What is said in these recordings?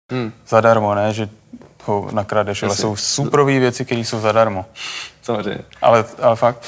zadarmo, ne, že ho nakradeš, ale jsou superové věci, které jsou zadarmo. Samozřejmě. Ale fakt.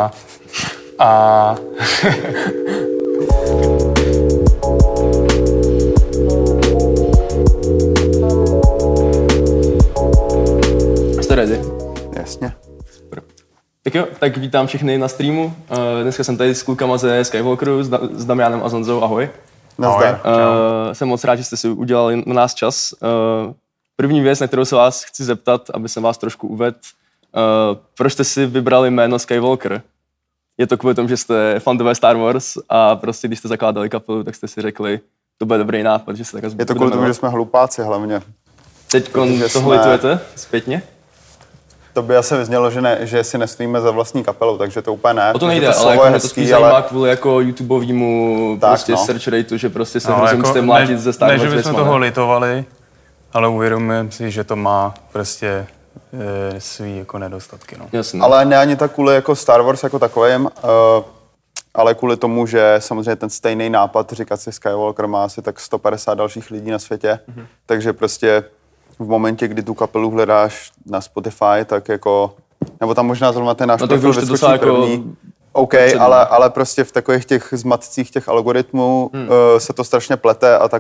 Jste ready? Jasně. Tak jo, tak vítám všechny na streamu. Dneska jsem tady s klukama ze Skywalkeru, s Damianem a Zonzou. Ahoj. Nazdar. Jsem moc rád, že jste si udělali na nás čas. První věc, na kterou se vás chci zeptat, aby jsem vás trošku uvedl. Proč jste si vybrali jméno Skywalker? Je to kvůli tomu, že jste fandové Star Wars a prostě když jste zakládali kapelu, tak jste si řekli, to bude dobrý nápad, že se takhle Je to kvůli tomu, že jsme hlupáci hlavně. Teď toho litujete zpětně? To by asi vyznělo, že si nestojíme za vlastní kapelou, takže to úplně ne. O to nejde, ale jako mě to spíš zajímá kvůli jako YouTubeovému prostě search rateu, že prostě se hrozně musíte mlátit ze Star Wars věcma. Ne, že bychom toho litovali, ale uvědomujeme si, že to má prostě svý jako nedostatky. No. Jasně. Ale ne ani tak kvůli jako Star Wars jako takovým, ale kvůli tomu, že samozřejmě ten stejný nápad říkat si Skywalker má asi tak 150 dalších lidí na světě, takže prostě v momentě, kdy tu kapelu hledáš na Spotify, tak jako, nebo tam možná zrovna ten náš profil vyskočí první. Jako OK, ale prostě v takových těch zmatcích těch algoritmů se to strašně plete a ta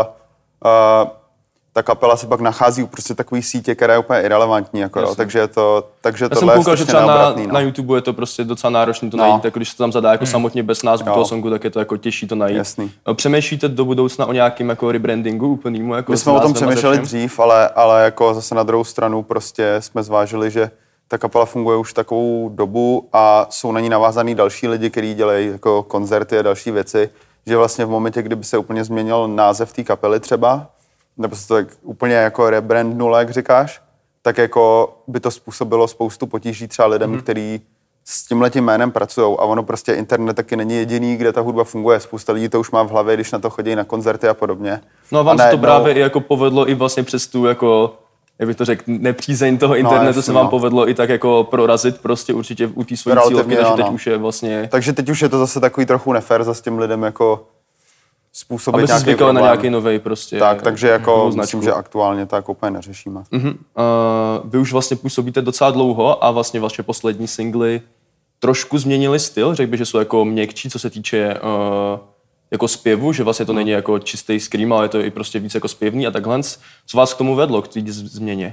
kapela se pak nachází uprostřed takový sítě, která je úplně irelevantní, jako, takže tohle je strašně neobratný. Na YouTube je to prostě docela náročné to najít, jako když se to tam zadá jako samotně bez názvu toho songu, tak je to jako těžší to najít. Jasný. Přemýšlíte do budoucna o nějakým jako rebrandingu úplnýmu? Jako my jsme o tom přemýšleli dřív, ale jako zase na druhou stranu prostě jsme zvážili, že ta kapela funguje už takovou dobu a jsou na ní navázaný další lidi, kteří dělají jako koncerty a další věci, že vlastně v momentě, kdyby se úplně změnil název té kapely třeba, nebo se to tak úplně jako rebrandnul, jak říkáš, tak jako by to způsobilo spoustu potíží třeba lidem, kteří s tímhletím jménem pracují a ono prostě internet taky není jediný, kde ta hudba funguje. Spousta lidí to už má v hlavě, když na to chodí na koncerty a podobně. No a vám se to právě i jako povedlo i vlastně přes tu jako, jak bych to řekl, nepřízeň toho internetu se vám povedlo i tak jako prorazit prostě určitě u té svojí cílovky, takže teď už je vlastně... Takže teď už je to zase takový trochu nefér za s tím lidem jako způsobit aby nějaký se zvykal na nějaký novej prostě. Takže jako myslím, že aktuálně to jako úplně neřešíme. Vy už vlastně působíte docela dlouho a vlastně vaše poslední singly trošku změnili styl, řekl bych, že jsou jako měkčí, co se týče jako zpěvu, že vlastně to není jako čistý scream, ale je to i prostě víc jako zpěvný a takhle. Co vás k tomu vedlo, k té změně?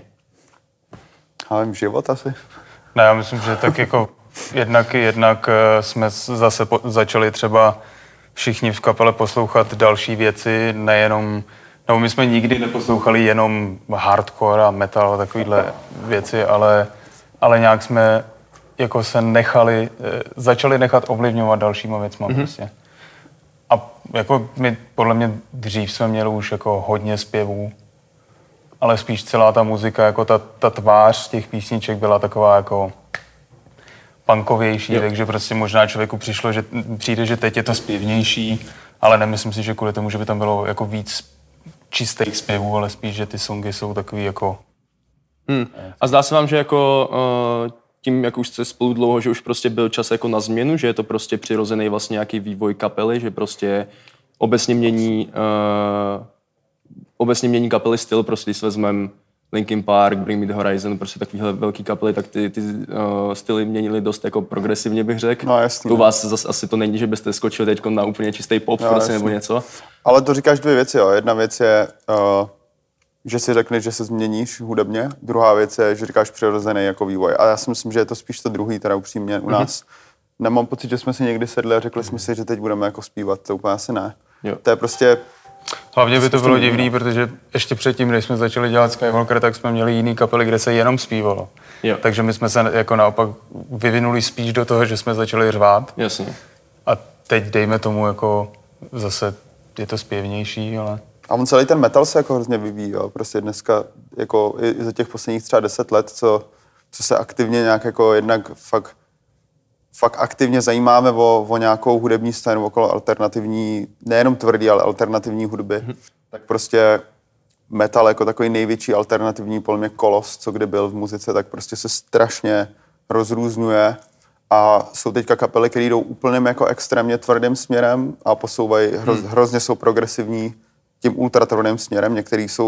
Ale život asi. Ne, já myslím, že tak jako jednak jsme zase začali třeba všichni v kapele poslouchat další věci, nejenom, nebo my jsme nikdy neposlouchali jenom hardcore a metal a takovýhle věci, ale nějak jsme jako se začali nechat ovlivňovat dalšíma věcma prostě. A jako my, podle mě dřív jsme měli už jako hodně zpěvů, ale spíš celá ta muzika, jako ta tvář těch písniček byla taková jako punkovější, takže prostě možná člověku přijde, že teď je to zpěvnější, ale nemyslím si, že kvůli tomu, že by tam bylo jako víc čistých zpěvů, ale spíš, že ty songy jsou takový jako... A zdá se vám, že jako tím, jak už jste spolu dlouho, že už prostě byl čas jako na změnu, že je to prostě přirozený vlastně nějaký vývoj kapely, že prostě obecně mění kapely styl, prostě když vezmeme Linkin Park, Bring Me The Horizon, prostě takovýhle velký kapely, tak ty styly měnily dost jako progresivně, bych řekl. No jasně. To u vás zase asi to není, že byste skočili teď na úplně čistý pop prostě, nebo něco. Ale to říkáš dvě věci, jo. Jedna věc je, že si řekneš, že se změníš hudebně. Druhá věc je, že říkáš přirozený jako vývoj. A já si myslím, že je to spíš to druhý, teda upřímně u nás. Nemám pocit, že jsme si někdy sedli a řekli jsme si, že teď budeme jako zpívat. To úplně asi ne. Jo. To je prostě... Hlavně by to bylo divný, protože ještě předtím, než jsme začali dělat Skywalker, tak jsme měli jiný kapely, kde se jenom zpívalo. Jo. Takže my jsme se jako naopak vyvinuli spíš do toho, že jsme začali řvát. Jasně. A teď dejme tomu jako zase je to zpěvnější, ale... A on celý ten metal se jako hrozně vyvíjí, jo. Prostě dneska jako i za těch posledních třeba 10 let, co se aktivně nějak jako jednak fakt aktivně zajímáme o nějakou hudební scénu okolo alternativní, nejenom tvrdý, ale alternativní hudby, tak prostě metal jako takový největší alternativní podle mě kolos, co kdy byl v muzice, tak prostě se strašně rozrůzňuje a jsou teďka kapely, které jdou úplným jako extrémně tvrdým směrem a posouvají, hrozně jsou progresivní tím ultratvrdým směrem, některý jsou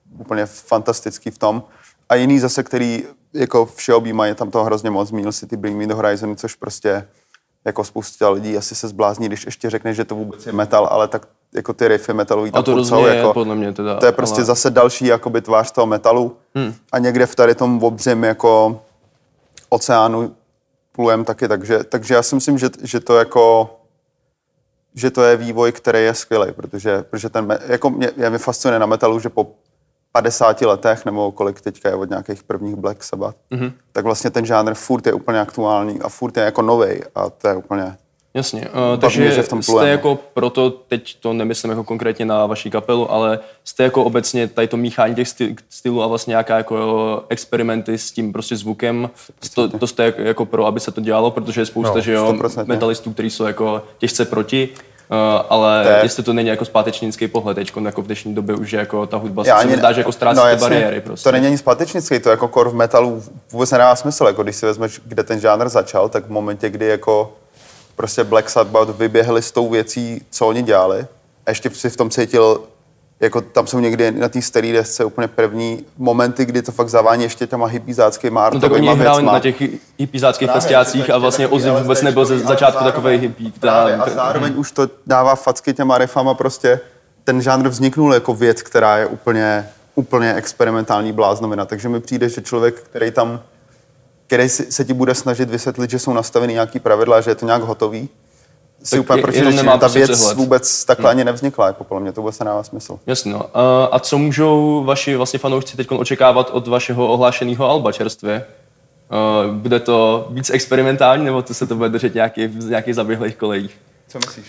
úplně fantastický v tom. A jiný zase, který jako všeobjímají, tam toho hrozně moc, zmínil si ty Bring Me The Horizon, což prostě jako spousta lidí asi se zblázní, když ještě řekne, že to vůbec je metal, ale tak jako ty riffy metalový tam to jsou, jako, podle mě teda. to je prostě zase další jakoby tvář toho metalu. A někde v tady tom obřím jako oceánu plujeme taky, takže já si myslím, že to jako že to je vývoj, který je skvělý, protože ten, jako mě fascinuje na metalu, že po 50 letech, nebo kolik teďka je od nějakých prvních Black Sabbath, tak vlastně ten žánr furt je úplně aktuální a furt je jako novej a to je úplně... Jasně, takže jste jako proto, teď to nemyslím jako konkrétně na vaší kapelu, ale jste jako obecně tady to míchání těch stylů a vlastně nějaká jako experimenty s tím prostě zvukem, to jste jako pro, aby se to dělalo, protože je spousta, že jo, metalistů, kteří jsou jako těžce proti, ale jestli to není jako zpátečnický pohled teďko, jako v dnešní době už je jako ta hudba se zdá, že jako ztrácí ty bariéry prostě. To není ani zpátečnický, to jako core v metalu vůbec nedává smysl, jako když si vezmeš, kde ten žánr začal, tak v momentě, kdy jako prostě Black Sabbath vyběhli s tou věcí, co oni dělali. A ještě si v tom cítil, jako tam jsou někdy na té staré desce úplně první momenty, kdy to fakt zavání ještě těma hippiezáckýma artovýma věcma. No tak oni hráli na těch hippiezáckých festiácích a vlastně Ozzy vůbec nebyl ze začátku takovej hippie. A zároveň už to dává facky těma riffama, prostě ten žánr vzniknul jako věc, která je úplně experimentální bláznovina. Takže mi přijde, že člověk, který se ti bude snažit vysvětlit, že jsou nastaveny nějaký pravidla, že je to nějak hotový, si úplně pročíš, že ta věc přehled. Vůbec takhle ani nevznikla, jako podle mě to vůbec nedává smysl. Jasně, no. A co můžou vaši vlastně fanoušci teď očekávat od vašeho ohlášeného alba čerstvě? Bude to víc experimentální, nebo to se to bude držet nějakých zaběhlých kolejích? Co myslíš?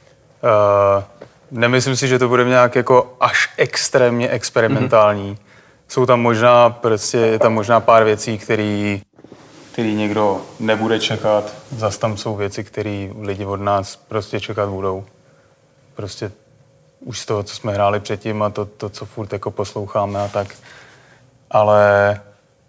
Nemyslím si, že to bude nějak jako až extrémně experimentální. Jsou tam je tam možná pár věcí, který někdo nebude čekat. Zas tam jsou věci, které lidi od nás prostě čekat budou. Prostě už z toho, co jsme hráli předtím a to co furt jako posloucháme a tak. Ale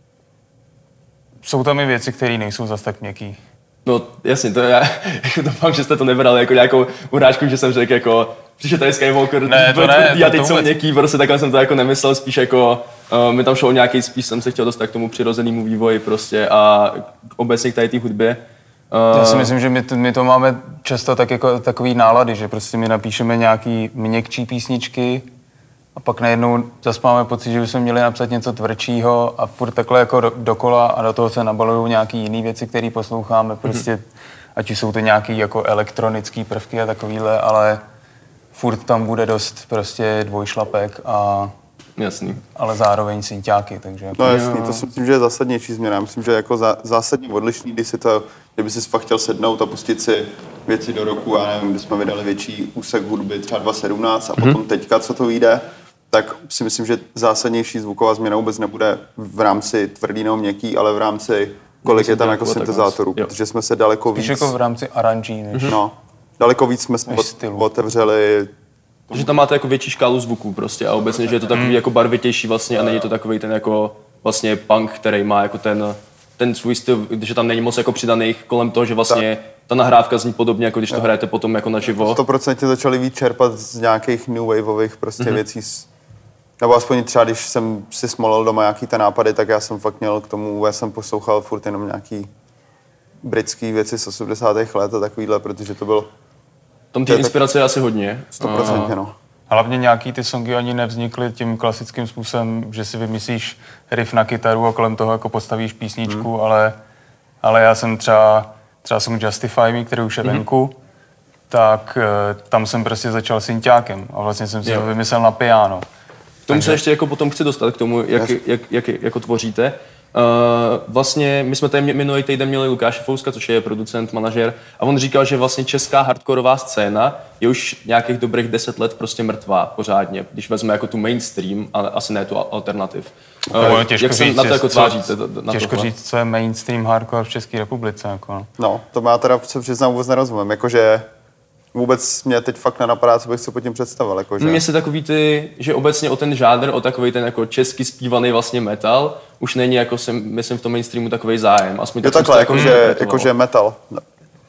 jsou tam i věci, které nejsou zas tak měkký. No jasně, to já doufám, že jste to nebrali jako nějakou urážku, že jsem řekl jako, přišel tady Skywalker, a teď jsou měkký, prostě takhle jsem to jako nemyslel, spíš jako mi tam šlo o nějaký, spíš jsem se chtěl dostat k tomu přirozenému vývoji prostě a obecně k tady té hudbě. Já si myslím, že my to máme často tak jako takový nálady, že prostě my napíšeme nějaký měkčí písničky a pak najednou zase máme pocit, že bychom měli napsat něco tvrdšího a furt takhle jako dokola a do toho se nabalují nějaký jiný věci, které posloucháme, prostě ať už jsou to nějaký jako elektronický prvky a takovýhle, ale furt tam bude dost prostě dvojšlapek a jasný. Ale zároveň synťáky, takže... No jasný, to si myslím, že je zásadnější změna. Já myslím, že jako zásadně odlišný, kdyby si fakt chtěl sednout a pustit si věci do roku, já nevím, kdy jsme vydali větší úsek hudby, třeba 2017 a potom teďka, co to vyjde, tak si myslím, že zásadnější zvuková změna vůbec nebude v rámci tvrdý nebo měkký, ale v rámci, kolik je tam jako syntezátorů, protože jsme se daleko víc... jako v rámci aranží, než... No, daleko víc jsme otevřeli... Takže tam máte jako větší škálu zvuků prostě a obecně, že je to takový jako barvitější vlastně a není to takový ten jako vlastně punk, který má jako ten svůj styl, že tam není moc jako přidaných kolem toho, že vlastně ta nahrávka zní podobně, jako když to hrajete potom jako naživo. 100% začali víc čerpat z nějakých new waveových prostě věcí. Nebo aspoň třeba, když jsem si smolil doma nějaký ty nápady, tak já jsem fakt měl k tomu, já jsem poslouchal furt jenom nějaký britský věci z 80. let a takovýhle, protože to bylo... Tam ty inspirace je asi hodně. 100%, no. Hlavně nějaký ty songy ani nevznikly tím klasickým způsobem, že si vymyslíš riff na kytaru a kolem toho jako postavíš písničku, ale já jsem třeba jsem Justify Me, který už je venku, tak tam jsem prostě začal synťákem a vlastně jsem si ho vymyslel na piano. K tomu se ještě jako potom chci dostat, k tomu, jak jako tvoříte. Vlastně my jsme tady minulý týden měli Lukáše Fouska, což je producent, manažer, a on říkal, že vlastně česká hardkorová scéna je už nějakých dobrých 10 let prostě mrtvá pořádně, když vezme jako tu mainstream, ale asi ne tu alternativ. Jak se na to jako tváříte? Těžko říct, co je mainstream hardcore v České republice. Jako. No, to já teda se přiznám vůbec nerozumím, jakože vůbec mě teď fakt nenapadá, co bych si pod tím představil. Jakože... Mně se takový že obecně o ten žánr, o takový ten jako česky zpívaný vlastně metal, už není jako myslím v tom mainstreamu takový zájem. Aspoň je takhle, jakože metal. No.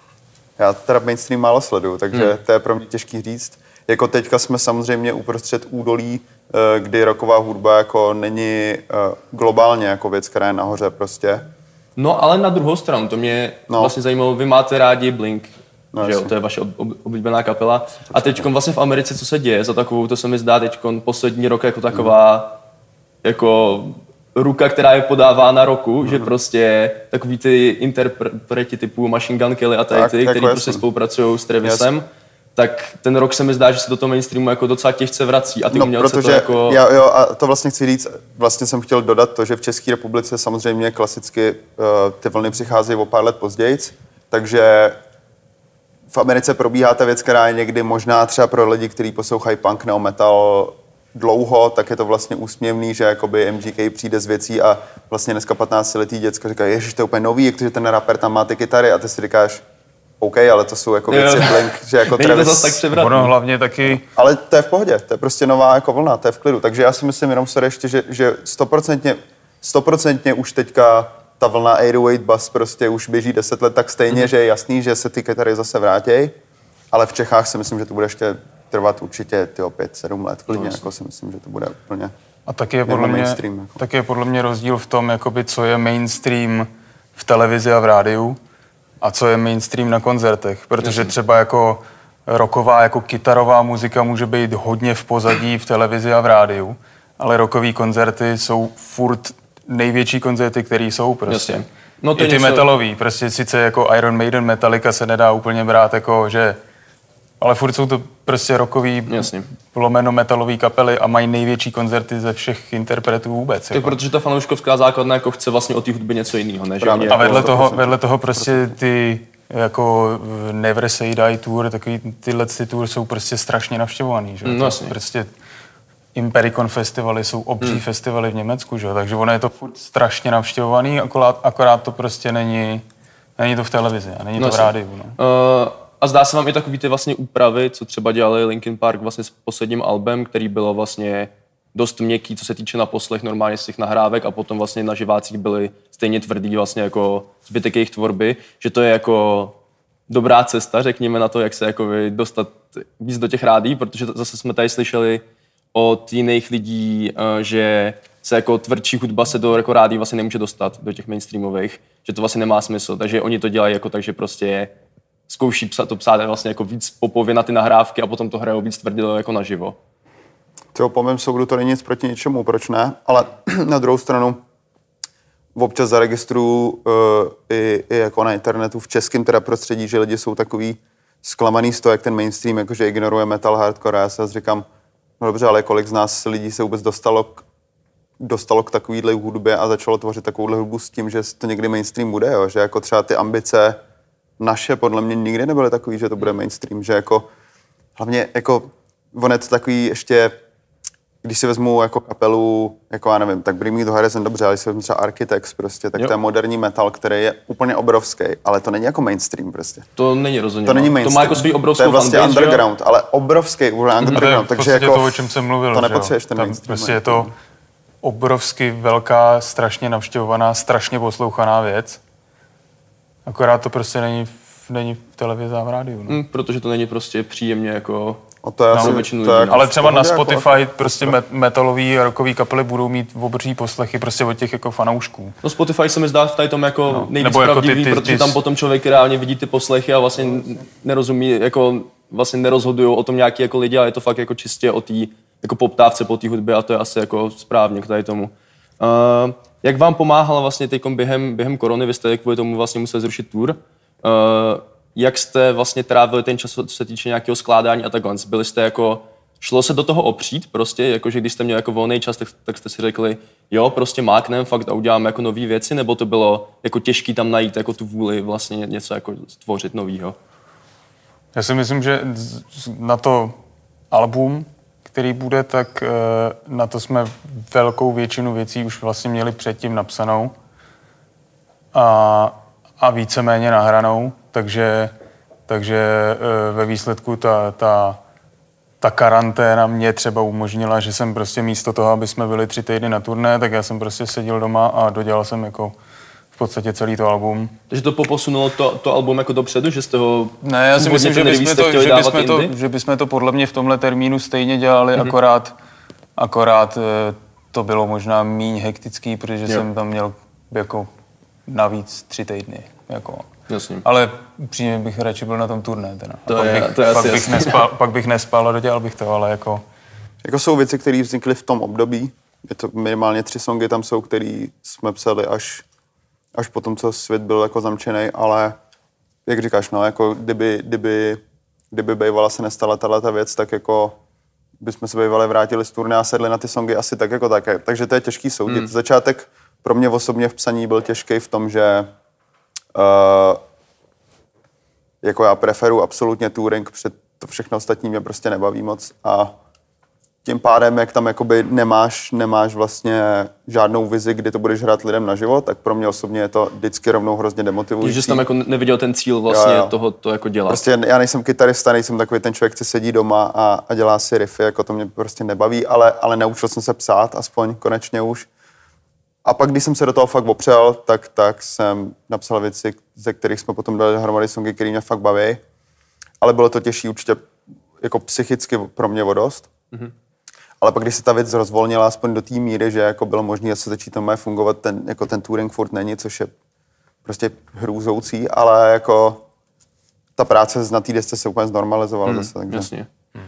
Já teda mainstream málo sleduju, takže to je pro mě těžký říct. Jako teďka jsme samozřejmě uprostřed údolí kdy rocková hudba jako není globálně jako věc, která je nahoře prostě. No ale na druhou stranu, to mě vlastně zajímalo, vy máte rádi Blink, že jo, to je vaše oblíbená kapela. A teď vlastně v Americe, co se děje za takovou, to se mi zdá teď poslední rok jako taková, jako ruka, která je podávána roku, že prostě takový ty interpreti typu Machine Gun Kelly a tady ty, který prostě spolupracují s Travisem, tak ten rok se mi zdá, že se do toho mainstreamu jako docela těžce vrací a ty umělce to jako... Jo, a to vlastně chci říct, vlastně jsem chtěl dodat to, že v České republice samozřejmě klasicky ty vlny přicházejí o pár let později, takže v Americe probíhá ta věc, která je někdy možná třeba pro lidi, kteří poslouchají punk nebo metal dlouho, tak je to vlastně úsměvný, že jakoby MGK přijde z věcí a vlastně dneska 15letý děcka říká, ježiš, to je úplně nový, jak to, že ten rapper tam má ty kytary a ty si říkáš, OK, ale to jsou jako věci Blink, že jako Travis... Ono hlavně taky... Ale to je v pohodě, to je prostě nová jako vlna, to je v klidu, takže já si myslím jenom sorry ještě, že 100% už teďka ta vlna 808 bass prostě už běží 10 let tak stejně, že je jasný, že se ty kytary zase vrátějí, ale v Čechách si myslím, že to bude ještě trvat určitě 5-7 let klidně, jako si myslím, že to bude úplně a taky je podle mě, mainstream. Jako. Taky je podle mě rozdíl v tom, jakoby, co je mainstream v televizi a v rádiu a co je mainstream na koncertech, protože třeba jako rocková, jako kytarová muzika může být hodně v pozadí v televizi a v rádiu, ale rockové koncerty jsou furt největší koncerty, které jsou prostě. Jasně. No to i ty metalový, prostě sice jako Iron Maiden, Metallica se nedá úplně brát jako, že ale furt jsou to prostě rockový, lomeno metalový kapely a mají největší koncerty ze všech interpretů vůbec. Tak jako. protože ta fanouškovská základna jako chce vlastně o té hudbě něco jiného, než a vedle toho prostě ty jako Never Say Die Tour, takový tyhle tour jsou prostě strašně navštěvovaný, že? Prostě Impericon festivaly jsou obří festivaly v Německu, že? Takže ono je to furt strašně navštěvovaný, akorát to prostě není to v televizi a není to v rádiu. No. A zdá se vám i takový ty vlastně úpravy, co třeba dělali Linkin Park vlastně s posledním albem, který bylo vlastně dost měkký, co se týče na poslech normálně z těch nahrávek a potom vlastně na živácích byly stejně tvrdý vlastně jako zbytek jejich tvorby, že to je jako dobrá cesta, řekněme na to, jak se jako dostat víc do těch rádií, protože zase jsme tady slyšeli od jiných lidí, že se jako tvrdší hudba se do jako rádií vlastně nemůže dostat do těch mainstreamových, že to vlastně nemá smysl, takže oni to dělají jako tak, že prostě zkouší to psát vlastně jako víc popově na ty nahrávky a potom to hrajou víc tvrdě jako naživo. Po mém soudu to není nic proti ničemu, proč ne? Ale na druhou stranu občas zaregistruju i jako na internetu v českém teda prostředí, že lidi jsou takový zklamaný z toho, jak ten mainstream jakože ignoruje metal, hardcore. Já se říkám, no dobře, ale kolik z nás lidí se vůbec dostalo k takovýhle hudbě a začalo tvořit takovouhle hudbu s tím, že to někdy mainstream bude, jo? Že jako třeba ty ambice naše podle mě nikdy nebyly takový, že to bude mainstream, že jako hlavně jako on je to takový ještě, když si vezmu jako kapelu, jako já nevím, tak Bring Me the Horizon dobře, ale když si vezmu třeba Architects prostě, tak to je moderní metal, který je úplně obrovský, ale to není jako mainstream prostě. To není rozhodně. To není mainstream. To má jako svůj obrovskou fanbase. To je vlastně fanbase, underground, ale obrovský underground, takže jako to, o čem jsem mluvil, to nepotřebuješ ten mainstream. Prostě je to obrovsky velká, strašně navštěvovaná, strašně poslouchaná věc. Akorát to prostě není v televizi a v rádiu. No. Protože to není prostě příjemně jako... Ale třeba na Spotify jako prostě metalový a rockový kapely budou mít obří poslechy prostě od těch jako fanoušků. No Spotify se mi zdá v tady tom jako nejvíc pravdivý, jako protože tam potom člověk reálně vidí ty poslechy a vlastně nerozumí, jako vlastně nerozhodujou o tom nějaký jako lidi, ale je to fakt jako čistě o té jako poptávce po té hudbě a to je asi jako správně k tady tomu. Jak vám pomáhala vlastně teďkom během korony, vy jste kvůli tomu vlastně museli zrušit tour. Jak jste vlastně trávili ten čas, co se týče nějakého skládání a takhle? Byli jste jako, šlo se do toho opřít prostě, jakože když jste měli jako volný čas, tak jste si řekli, jo, prostě máknem fakt a uděláme jako nové věci, nebo to bylo jako těžký tam najít jako tu vůli vlastně něco jako stvořit novýho? Já si myslím, že na to album, který bude, tak na to jsme velkou většinu věcí už vlastně měli předtím napsanou a víceméně nahranou, takže ve výsledku ta karanténa mě třeba umožnila, že jsem prostě místo toho, aby jsme byli 3 týdny na turné, tak já jsem prostě seděl doma a dodělal jsem jako v podstatě celý to album. Takže to poposunulo to album jako dopředu, že jste ho... Ne, já si myslím, že bychom to podle mě v tomhle termínu stejně dělali, akorát to bylo možná míň hektický, protože jsem tam měl jako navíc 3 týdny. Jako. Jasně. Ale upřímně bych radši byl na tom turné. Teda. Pak bych nespal a dodělal bych to, ale jako... Jako jsou věci, které vznikly v tom období. Je to minimálně 3 songy tam jsou, které jsme psali až po tom, co svět byl jako zamčený, ale jak říkáš, no, jako kdyby bývala se nestala tato věc, tak jako bychom se bývali vrátili z turné a sedli na ty songy asi tak jako tak. Takže to je těžký soudit. Začátek pro mě osobně v psaní byl těžký v tom, že jako já preferuji absolutně touring, před to všechno ostatní mě prostě nebaví moc a tím pádem, jak tam jakoby nemáš vlastně žádnou vizi, kdy to budeš hrát lidem na život, tak pro mě osobně je to vždycky rovnou hrozně demotivující. Že jsi tam jako neviděl ten cíl vlastně toho to jako dělat. Prostě já nejsem kytarista, nejsem takový ten člověk, který sedí doma a dělá si riffy, jako to mě prostě nebaví, ale naučil jsem se psát, aspoň konečně už. A pak, když jsem se do toho fakt opřel, tak jsem napsal věci, ze kterých jsme potom dali dohromady songy, které mě fakt baví. Ale bylo to těžší určitě jako psychicky pro mě o dost. Mm-hmm. Ale pak, když se ta věc rozvolnila aspoň do té míry, že jako bylo možné se začít tam fungovat, ten touring furt není, což je prostě hrůzoucí, ale jako ta práce na té desce se úplně znormalizovala zase. Takže. Jasně.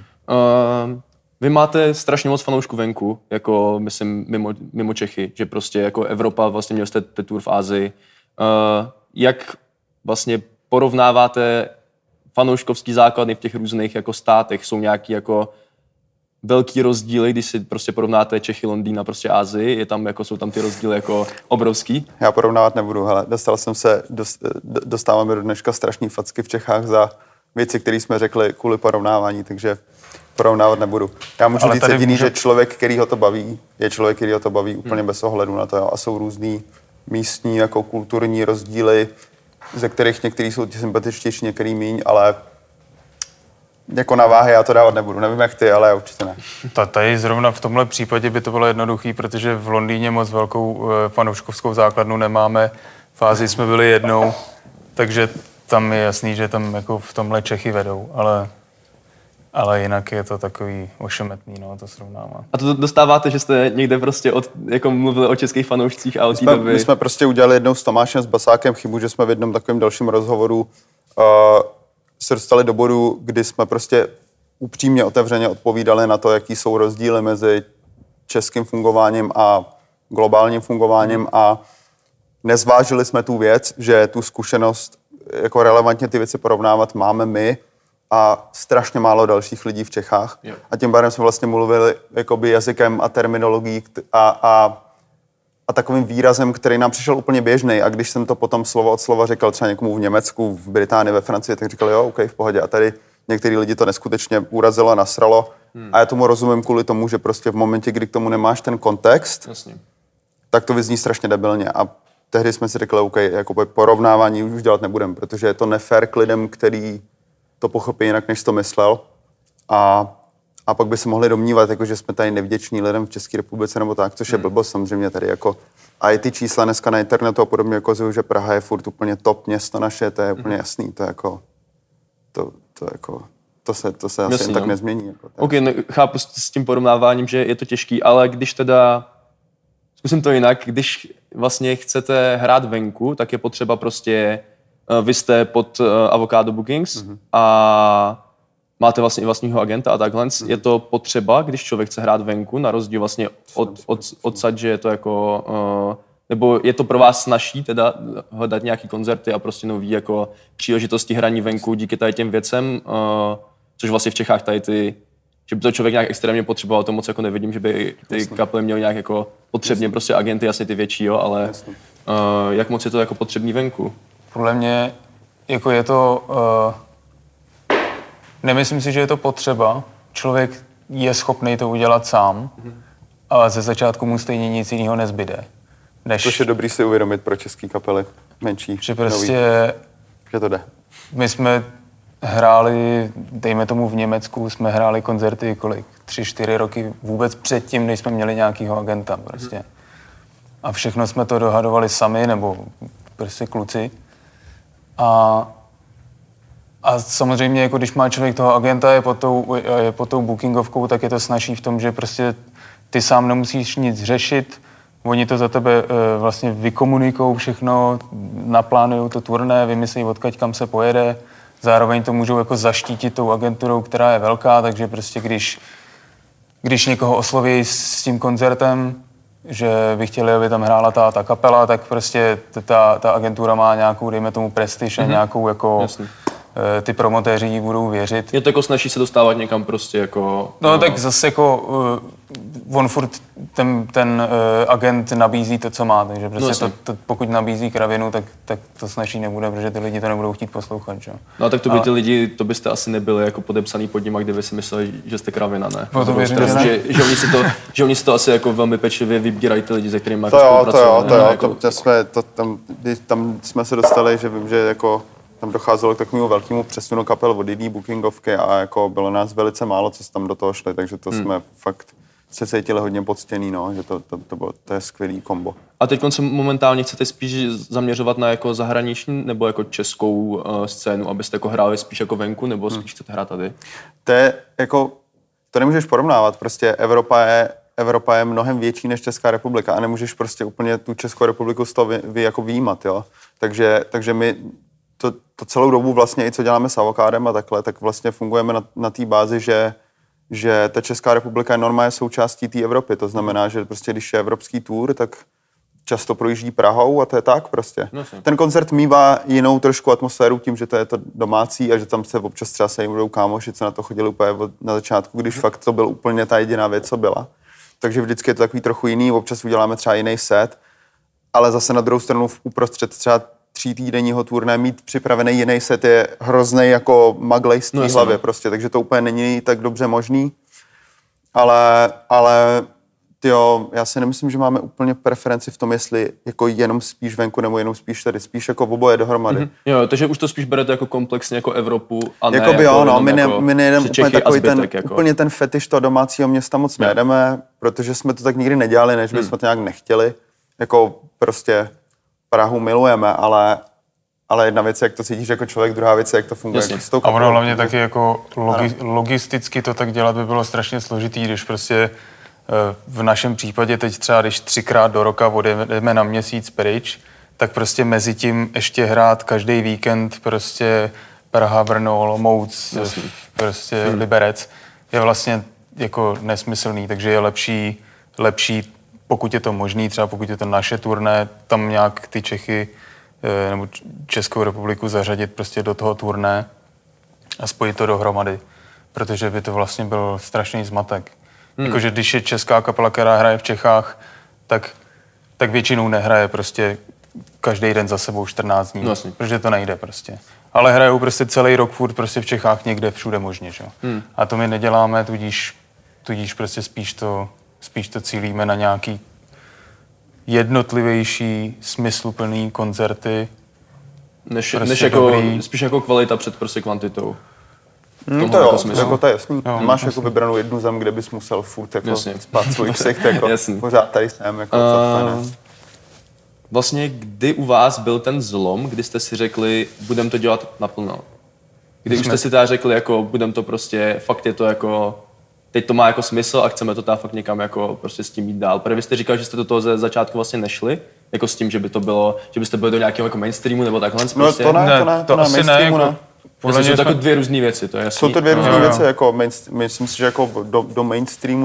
Vy máte strašně moc fanoušků venku, jako myslím mimo Čechy, že prostě jako Evropa, vlastně měl jste tour v Asii. Jak vlastně porovnáváte fanouškovský základny v těch různých jako státech? Jsou nějaký jako velký rozdíly, když si prostě porovnáte Čechy, Londýn a prostě Asii, jsou tam ty rozdíly jako obrovský? Já porovnávat nebudu, hele, dostáváme do dneška strašný facky v Čechách za věci, které jsme řekli kvůli porovnávání, takže porovnávat nebudu. Já můžu říct jediný, že člověk, který ho to baví, je člověk, který ho to baví úplně bez ohledu na to, jo? A jsou různý místní jako kulturní rozdíly, ze kterých některý jsou sympatičtější, některý míň, ale jako na váhy já to dávat nebudu. Nevím jak ty, ale já určitě ne. Tady zrovna v tomhle případě by to bylo jednoduchý, protože v Londýně moc velkou fanouškovskou základnu nemáme. V Ázii jsme byli jednou, takže tam je jasný, že tam jako v tomhle Čechy vedou, ale jinak je to takový ošemetný, no, to srovnává. A to dostáváte, že jste někde prostě jako mluvili o českých fanoušcích a o té doby? My jsme prostě udělali jednou s Tomášem, s Basákem chybu, že jsme v jednom takovém dalším rozhovoru se dostali do bodu, kdy jsme prostě upřímně, otevřeně odpovídali na to, jaký jsou rozdíly mezi českým fungováním a globálním fungováním a nezvážili jsme tu věc, že tu zkušenost jako relevantně ty věci porovnávat máme my a strašně málo dalších lidí v Čechách. Jo. A tím pádem jsme vlastně mluvili jakoby jazykem a terminologií a takovým výrazem, který nám přišel úplně běžný. A když jsem to potom slovo od slova říkal třeba někomu v Německu, v Británii, ve Francii, tak říkali, jo, OK, v pohodě. A tady některý lidi to neskutečně urazilo a nasralo. A já tomu rozumím kvůli tomu, že prostě v momentě, kdy k tomu nemáš ten kontext, jasně, tak to vyzní strašně debilně. A tehdy jsme si řekli, OK, jako porovnávání už dělat nebudeme, protože je to nefér k lidem, který to pochopí jinak, než to myslel. A pak by se mohli domnívat, jako, že jsme tady nevděční lidem v České republice nebo tak, což je blbost samozřejmě tady jako. A i ty čísla dneska na internetu a podobně ukazují, že Praha je furt úplně top město naše, to je úplně jasný, to je jako, to se asi jen tak nezmění. Jako, OK, no, chápu s tím porovnáváním, že je to těžký, ale když teda, zkusím to jinak, když vlastně chcete hrát venku, tak je potřeba prostě, vy jste pod Avocado Bookings a máte vlastně i vlastního agenta a takhle. Je to potřeba, když člověk chce hrát venku, na rozdíl vlastně odsad, že je to jako, nebo je to pro vás snazší teda hledat nějaký koncerty a prostě nový jako příležitosti hraní venku díky tady těm věcem, což vlastně v Čechách tady ty, že by to člověk nějak extrémně potřeboval, to moc jako nevidím, že by ty kapely měly nějak jako potřebně prostě agenty, jasně ty větší, jo, ale jak moc je to jako potřebný venku? Podle mě jako je to... Nemyslím si, že je to potřeba. Člověk je schopný to udělat sám, ale ze začátku mu stejně nic jiného nezbyde. Což je dobrý si uvědomit pro český kapely menší, že prostě, nový, že to jde. My jsme hráli, dejme tomu v Německu, jsme hráli koncerty 3-4 roky vůbec předtím, než jsme měli nějakýho agenta prostě. A všechno jsme to dohadovali sami, nebo prostě kluci. A samozřejmě, jako když má člověk toho agenta, je pod tou bookingovkou, tak je to snazší v tom, že prostě ty sám nemusíš nic řešit, oni to za tebe vlastně vykomunikujou všechno, naplánujou to turné, vymyslí odkud kam se pojede, zároveň to můžou jako zaštítit tou agenturou, která je velká, takže prostě když někoho osloví s tím koncertem, že by chtěli, aby tam hrála ta kapela, tak prostě ta agentura má nějakou, dejme tomu, prestiž a nějakou jako... Jasně. Ty promotéři jí budou věřit. Je to jako snaží se dostávat někam prostě jako... No tak zase jako on furt ten agent nabízí to, co má, takže prostě pokud nabízí kravinu, tak to snaží nebude, protože ty lidi to nebudou chtít poslouchat, že? No a tak to by ty lidi, to byste asi nebyli jako podepsaný pod nima, kdyby si mysleli, že jste kravina, ne? No to věřím, že oni si to asi jako velmi pečlivě vybírají ty lidi, se kterými jako spolupracují. To jo, jako... tam jsme se dostali, že vím, že jako tam docházelo k takovému velkému přesunu kapel od jedné bookingovky a jako bylo nás velice málo, co se tam do toho šli, takže to jsme fakt se cítili hodně poctěný, no, že to je skvělý kombo. A teď se momentálně chcete spíš zaměřovat na jako zahraniční nebo jako českou scénu, abyste jako hráli spíš jako venku, nebo spíš chcete hrát tady? To je jako, to nemůžeš porovnávat, prostě Evropa je mnohem větší než Česká republika a nemůžeš prostě úplně tu Českou republiku z toho jako vyjímat, jo. Takže my to celou dobu vlastně i co děláme s Avokádem a takhle, tak vlastně fungujeme na té bázi, že ta Česká republika je normálně součástí té Evropy. To znamená, že prostě když je evropský tour, tak často projíždí Prahou a to je tak prostě. Ten koncert mívá jinou trošku atmosféru tím, že to je to domácí a že tam se občas třeba se jim budou kámoši, co na to chodili úplně na začátku, když fakt to byl úplně ta jediná věc, co byla. Takže vždycky je to takový trochu jiný, občas uděláme třeba jiný set, ale zase na druhou stranu uprostřed třeba 3týdenního turné mít připravený jiný set je hrozný jako maglej z té hlavě prostě, takže to úplně není tak dobře možný, ale tyjo, já si nemyslím, že máme úplně preferenci v tom, jestli jako jenom spíš venku nebo jenom spíš tady, spíš jako oboje dohromady. Jo, takže už to spíš berete jako komplexně jako Evropu a ne Jakoby jako jo, no, my nejedeme úplně takový zbytek, jako. úplně ten fetiš toho domácího města moc nejedeme, protože jsme to tak nikdy nedělali, než bychom to nějak nechtěli, jako prostě Prahu milujeme, ale jedna věc je, jak to cítíš jako člověk, druhá věc je, jak to funguje. A ono hlavně taky jako logisticky to tak dělat by bylo strašně složitý, když prostě v našem případě teď třeba, když 3krát do roka odjedeme na měsíc pryč, tak prostě mezi tím ještě hrát každý víkend prostě Praha, Brno, Olomouc, prostě Liberec je vlastně jako nesmyslný, takže je lepší, pokud je to možný, třeba pokud je to naše turné, tam nějak ty Čechy nebo Českou republiku zařadit prostě do toho turné a spojit to dohromady, protože by to vlastně byl strašný zmatek. Jakože když je česká kapela, která hraje v Čechách, tak většinou nehraje prostě každý den za sebou 14 dní, protože to nejde prostě. Ale hrajou prostě celý rok furt prostě v Čechách někde všude možně, že? A to my neděláme, tudíž prostě spíš to cílíme na nějaký jednotlivější, smysluplný koncerty. Než jako, spíš jako kvalita před prostě kvantitou. To jo, jako to je jasný. No, máš jako vybranou jednu zem, kde bys musel furt jako spát svůj ksicht, jako pořád tady jsem, jako Vlastně kdy u vás byl ten zlom, kdy jste si řekli, budem to dělat naplno? Kdy už jste si teda řekli, jako budem to prostě, fakt je to jako, teď to má jako smysl a chceme to teda fakt někam jako prostě s tím jít dál. Protože vy jste říkal, že jste do toho ze začátku vlastně nešli, jako s tím, že by to bylo, že byste byli do nějakého jako mainstreamu nebo takhle. No prostě. To ne, mainstreamu ne. Podle mě jsou to dvě různé věci, to je jasný. Jsou to dvě různé věci, jako myslím si, že jako do mainstreamu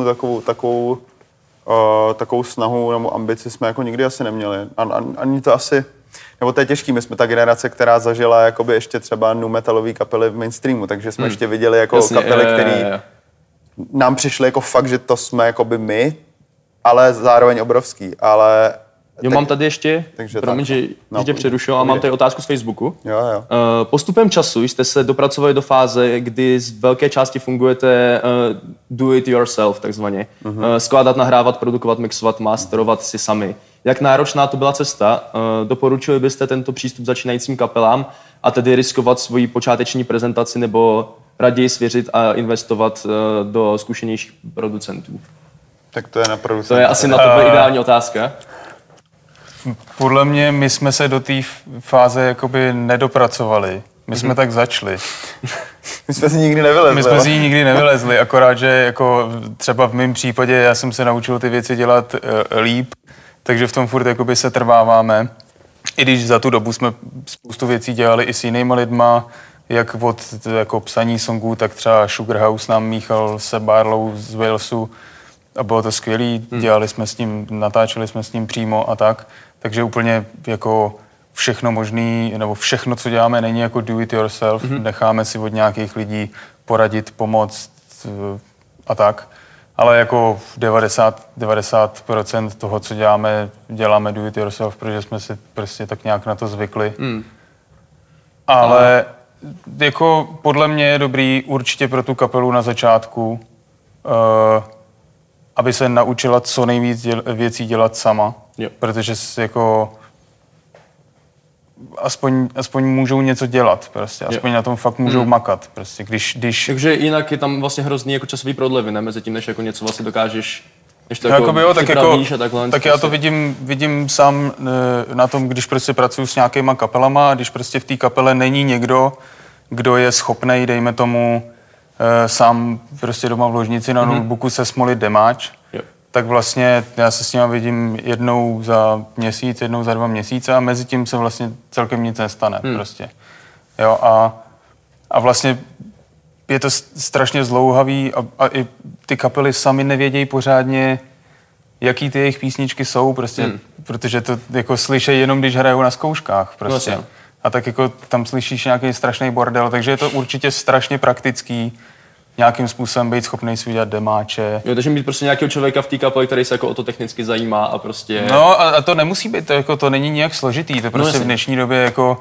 takovou snahu nebo ambici jsme jako nikdy asi neměli. Ani to asi, nebo to je těžký, my jsme ta generace, která zažila jakoby ještě třeba nu metalový kapely v mainstreamu, takže jsme ještě viděli jako kapely, které nám přišly jako fakt, že to jsme jakoby my, ale zároveň obrovský, ale... Jo, mám tady ještě, promiň, že tě přerušil, a mám tady otázku z Facebooku. Jo. Postupem času jste se dopracovali do fáze, kdy z velké části fungujete do it yourself, takzvaně. Skládat, nahrávat, produkovat, mixovat, masterovat si sami. Jak náročná to byla cesta? Doporučili byste tento přístup začínajícím kapelám a tedy riskovat svoji počáteční prezentaci nebo raději svěřit a investovat do zkušenějších producentů? Tak to je na producenta. To je asi na to ideální otázka. Podle mě my jsme se do té fáze jakoby nedopracovali, My jsme tak začali. My jsme si nikdy nevylezli. My jsme si nikdy nevylezli, akorát, že jako třeba v mém případě já jsem se naučil ty věci dělat líp, takže v tom furt jakoby se trváváme. I když za tu dobu jsme spoustu věcí dělali i s jinýma lidma, jak od jako psaní songů, tak třeba Sugar House nám míchal se Barlow z Walesu a bylo to skvělý, dělali jsme s ním, natáčeli jsme s ním přímo a tak, takže úplně jako všechno možný, nebo všechno, co děláme, není jako do it yourself, necháme si od nějakých lidí poradit, pomoct a tak, ale jako 90% toho, co děláme do it yourself, protože jsme si prostě tak nějak na to zvykli. Ale jako podle mě je dobrý určitě pro tu kapelu na začátku, aby se naučila co nejvíc věcí dělat sama, protože jako aspoň můžou něco dělat prostě, aspoň na tom fakt můžou makat prostě, když... Takže jinak je tam vlastně hrozný jako časový prodlevy, ne? Mezi tím, než jako něco vlastně dokážeš, než to jako jo, tak takhle. Tak já to vidím sám na tom, když prostě pracuji s nějakýma kapelama a když prostě v té kapele není někdo, kdo je schopnej, dejme tomu, sám prostě doma v ložnici na notebooku se smolit demáč, tak vlastně já se s ním vidím jednou za měsíc, jednou za 2 měsíce a mezi tím se vlastně celkem nic nestane prostě. Jo, a vlastně je to strašně zdlouhavý a i ty kapely sami nevědějí pořádně, jaký ty jejich písničky jsou, prostě, protože to jako slyšejí jenom, když hrajou na zkouškách prostě. No, a tak jako tam slyšíš nějaký strašný bordel, takže je to určitě strašně praktický nějakým způsobem být schopný si udělat demáče. Jo, takže mít prostě nějakého člověka v té kapele, který se jako o to technicky zajímá a prostě... No a to nemusí být, to není nějak složitý, to prostě v dnešní době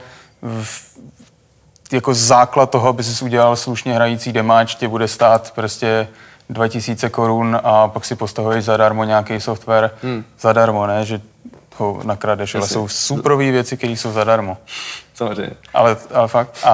jako základ toho, aby si udělal slušně hrající demáč, tě bude stát prostě 2000 korun a pak si postavuješ zadarmo nějaký software zadarmo, ne, že ho nakradeš, ale jsou superové věci, které jsou zadarmo. Samozřejmě. Ale fakt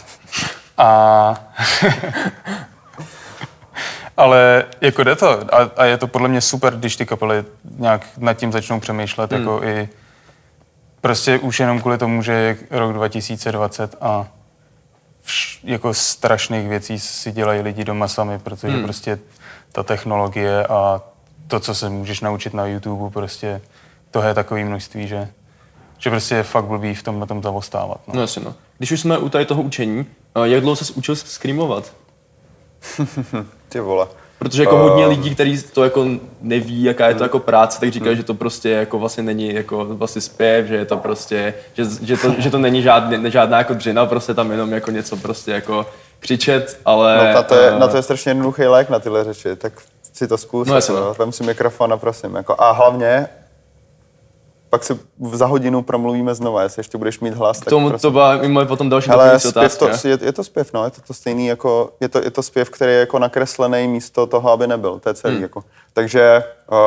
ale jako jde to a je to podle mě super, když ty kapely nějak nad tím začnou přemýšlet, jako i prostě už jenom kvůli tomu, že je rok 2020 a jako strašných věcí si dělají lidi doma sami, protože prostě ta technologie a to, co se můžeš naučit na YouTube, prostě toho je takové množství, že prostě je fakt blbý v tom na tom zaostávat. No jasně, no. Když už jsme u tady toho učení, jak dlouho ses učil screamovat? Ty vole. Protože jako hodně lidí, kteří to jako neví, jaká je to jako práce, tak říkají, že to prostě jako vlastně není jako vlastně zpěv, že je to prostě, že to není žádná jako dřina, prostě tam jenom jako něco prostě jako křičet, ale... No na to je strašně jednoduchý lék na tyhle řeči, tak si to zkus, vem si mikrofon a prosím, jako a hlavně pak si za hodinu promluvíme znova, jestli ještě budeš mít hlas. K tomu tak to byla moje potom další doplňující otázka. Je to zpěv, no, je to stejný jako, je to zpěv, který je jako nakreslený místo toho, aby nebyl, to je celý, jako. Takže,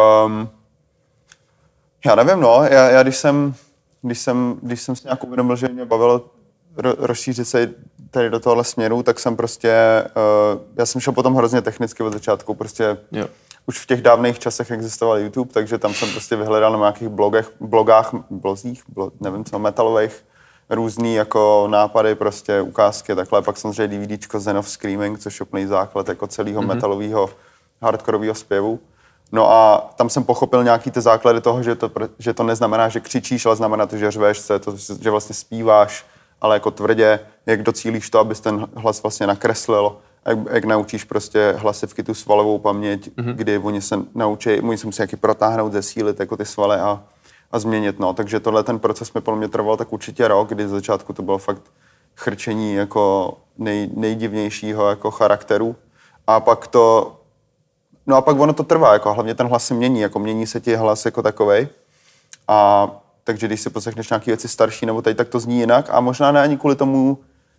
já nevím, no, já když jsem si nějak uvědomil, že mě bavilo rozšířit se tady do tohohle směru, tak jsem prostě, já jsem šel potom hrozně technicky od začátku, prostě už v těch dávných časech existoval YouTube, takže tam jsem prostě vyhledal na nějakých blozích, nevím co, metalových, různý jako nápady, prostě ukázky, takhle, pak samozřejmě DVDčko Zen of Screaming, což je úplný základ jako celého metalového hardkorového zpěvu. No a tam jsem pochopil nějaký ty základy toho, že to neznamená, že křičíš, ale znamená to, že řveš se, že vlastně zpíváš, ale jako tvrdě, jak docílíš to, abys ten hlas vlastně nakreslil, jak naučíš prostě hlasivky tu svalovou paměť, kdy oni se musí nějaký protáhnout, zesílit jako ty svaly a změnit, no. Takže tohle ten proces mi podle mě trval tak určitě rok, kdy z začátku to bylo fakt chrčení jako nejdivnějšího jako charakteru a pak ono to trvá, jako hlavně ten hlas se mění, jako mění se ti hlas jako takovej a takže když si poslechneš nějaké věci starší nebo tady, tak to zní jinak a možná ne ani kvůli tomu,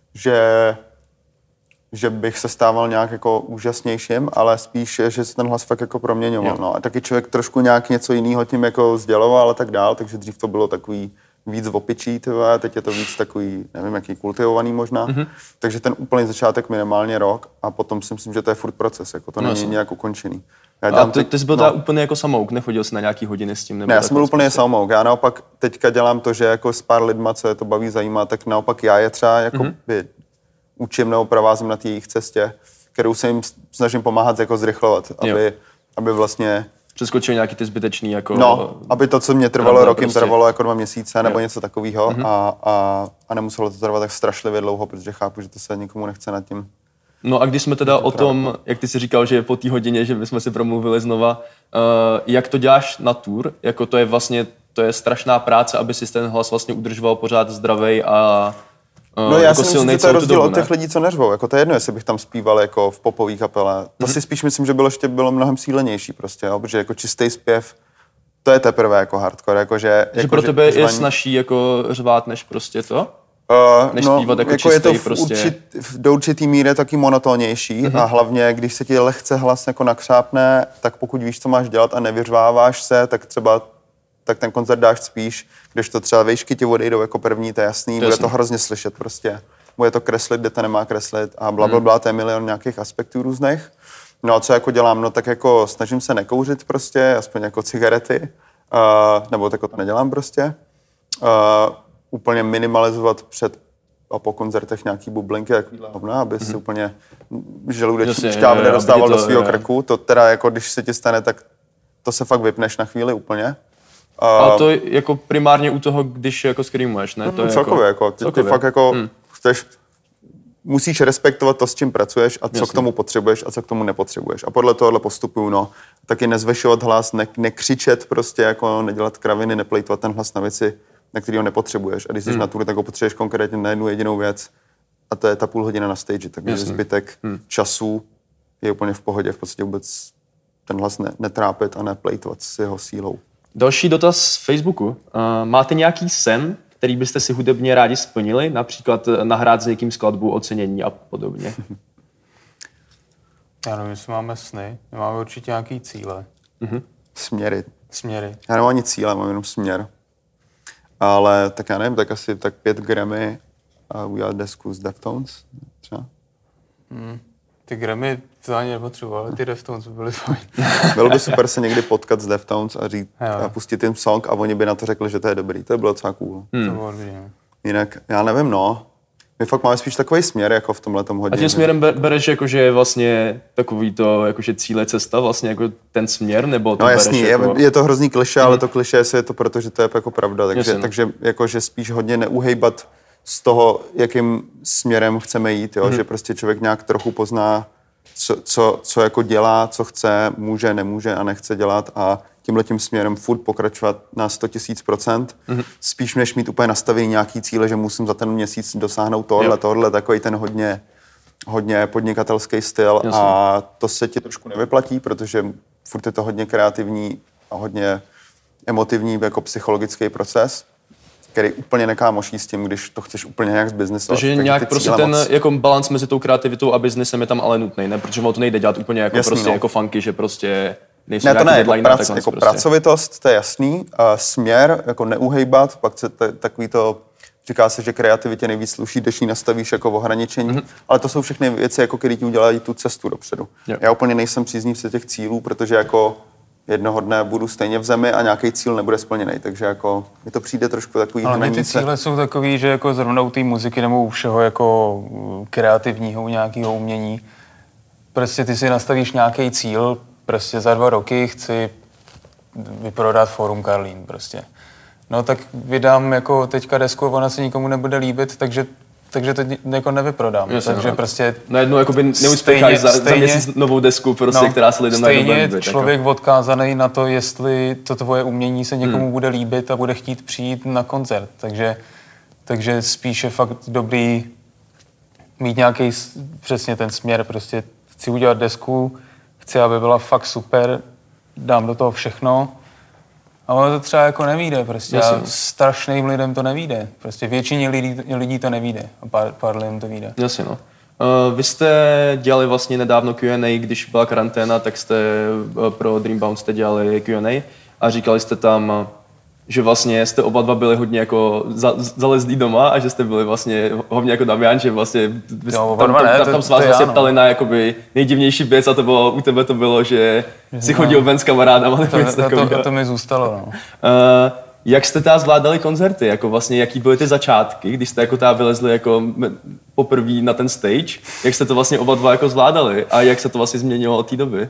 že bych se stával nějak jako úžasnějším, ale spíš, že se ten hlas fakt jako proměňoval. No. A taky člověk trošku nějak něco jiného tím jako sděloval a tak dál, takže dřív to bylo takový víc opičí, a teď je to víc takový, nevím, jaký kultivovaný možná. Takže ten úplný začátek minimálně rok a potom si myslím, že to je furt proces, jako to není nějak ukončený. Ty jsi byl teda úplně jako samouk, nechodil jsi na nějaký hodiny s tím? Nebo ne, já jsem byl úplně samouk. Já naopak teďka dělám to, že jako s pár lidma, co je to baví, zajímá, tak naopak já je třeba jako učím nebo provázím na té jejich cestě, kterou se jim snažím pomáhat jako zrychlovat, aby vlastně přeskočil nějaký ty zbytečný jako... No, aby to, co mě trvalo rok, jim trvalo jako 2 měsíce nebo něco takového a nemuselo to trvat tak strašlivě dlouho, protože chápu, že to se nikomu nechce nad tím. No a když jsme teda o tom, jak ty si říkal, že je po té hodině, že bychom si promluvili znova, jak to děláš na tour, jako to je vlastně, to je strašná práce, aby si ten hlas vlastně udržoval pořád zdravej a no já si myslím, že to je rozdíl od těch lidí, co neřvou. Jako to je jedno, jestli bych tam zpíval jako v popový kapele. To si spíš myslím, že bylo mnohem sílenější prostě, jo? Protože jako čistý zpěv, to je teprve jako hardcore. Jako, že pro tebe je snažší jako řvát než prostě to? Než zpívat jako čistý je to prostě. Do určitý míry taky monotónnější a hlavně, když se ti lehce hlas jako nakřápne, tak pokud víš, co máš dělat a nevyřváváš se, tak třeba tak ten koncert dáš spíš, když to třeba vejšky ti odejdou jako první, to je jasný, bude to hrozně slyšet prostě. Bude to kreslit, kde to nemá kreslit a blablabla, to je milion nějakých aspektů různých. No a co jako dělám? No tak jako snažím se nekouřit prostě, aspoň jako cigarety, nebo tak to nedělám prostě. Úplně minimalizovat před a po koncertech nějaký bublinky, takovýhle hovna, aby si úplně žaludeční šťáv nedostával do svého krku. To teda jako když se ti stane, tak to se fakt vypneš na chvíli úplně. Ale to jako primárně u toho, když jako screamuješ, ne? To je celkově, jako ty fakt jako musíš respektovat to, s čím pracuješ a co k tomu potřebuješ a co k tomu nepotřebuješ. A podle tohohle postupuju, no. Taky nezvyšovat hlas, nekřičet prostě, jako nedělat kraviny, neplejtovat ten hlas na věci, na který ho nepotřebuješ. A když jsi na tour, tak ho potřebuješ konkrétně na jednu jedinou věc a to je ta půl hodina na stage, takže zbytek času je úplně v pohodě, v podstatě vůbec ten hlas netrápit a neplejtovat s jeho sílou. Další dotaz z Facebooku. Máte nějaký sen, který byste si hudebně rádi splnili? Například nahrát s někým skladbu, ocenění a podobně. Já nevím, jestli máme sny. My máme určitě nějaký cíle. Směry. Směry. Já nemám ani cíle, mám jenom směr. Ale tak já nevím, tak asi tak 5 Grammy a udělat desku z Deftones třeba. Ty Grammy to ani nepotřebuji, ale ty Deftones by byly fajn. Bylo by super se někdy potkat s Deftones a říct a pustit jim song a oni by na to řekli, že to je dobrý. To by bylo docela cool. To bylo dobrý. Jinak, já nevím, no. My fakt máme spíš takový směr, jako v tomhletom hodně. A tím směrem bereš, jako, že je vlastně takový to, jakože cíle cesta, vlastně jako ten směr, nebo to no jasný, bereš jako... je to hrozný klišé, ale to klišé je to proto, že to je jako pravda. Takže jakože spíš hodně neuhejbat z toho, jakým směrem chceme jít, jo? Že prostě člověk nějak trochu pozná, co jako dělá, co chce, může, nemůže a nechce dělat a tímhletím směrem furt pokračovat na 100 000%. Spíš než mít úplně nastavený nějaký cíle, že musím za ten měsíc dosáhnout tohle, takový ten hodně podnikatelský styl. Jasně. A to se ti trošku nevyplatí, protože furt je to hodně kreativní a hodně emotivní jako psychologický proces, který úplně nekámoší s tím, když to chceš úplně nějak z biznesu. Takže nějak prostě ten jako balans mezi tou kreativitou a biznesem je tam ale nutný, ne? Protože to nejde dělat úplně jako, prostě jako funky, že prostě nejsou nějaký deadline. Jako prostě. Pracovitost, to je jasný. Směr, jako neuhejbat, pak se takový to, říká se, že kreativitě nejvíc sluší, když ji nastavíš jako ohraničení, ale to jsou všechny věci, jako které ti udělají tu cestu dopředu. Já úplně nejsem příznivce těch cílů, protože jako jednoho dne budu stejně v zemi a nějaký cíl nebude splněný, takže jako mi to přijde trošku takový ale ty cíle jsou takový, že jako zrovna u té muziky nebo u všeho jako kreativního, nějakého umění, prostě ty si nastavíš nějaký cíl, prostě za 2 roky chci vyprodat Fórum Karlín prostě. No tak vydám jako teďka desku, ona se nikomu nebude líbit, takže to jako nevyprodám. Jasně, no. Takže prostě najednou jakoby neuspěcháš za měsíc novou desku, prostě, která se lidem najednou bude líbit. Stejně člověk odkázaný na to, jestli to tvoje umění se někomu bude líbit a bude chtít přijít na koncert. Takže spíš je fakt dobrý mít nějaký přesně ten směr. Prostě chci udělat desku, chci, aby byla fakt super, dám do toho všechno. A ono to třeba jako nevíde, prostě. A strašným lidem to nevíde. Prostě většině lidí to nevíde. A pár lidem to vyjde. Jasně, no. Vy jste dělali vlastně nedávno Q&A, když byla karanténa, tak jste pro Dreambound jste dělali Q&A a říkali jste tam, že vlastně jste oba dva byli hodně jako zalezlí doma a že jste byli vlastně hodně jako Damian, že vlastně tam se vás vlastně ptali na jakoby nejdivnější věc a to bylo, u tebe to bylo, že si chodil ven s kamarádama. To mi zůstalo, no. Jak jste teda zvládali koncerty? Jako vlastně, jaký byly ty začátky, když jste jako teda vylezli jako poprvé na ten stage? Jak jste to vlastně oba dva jako zvládali? A jak se to vlastně změnilo od té doby?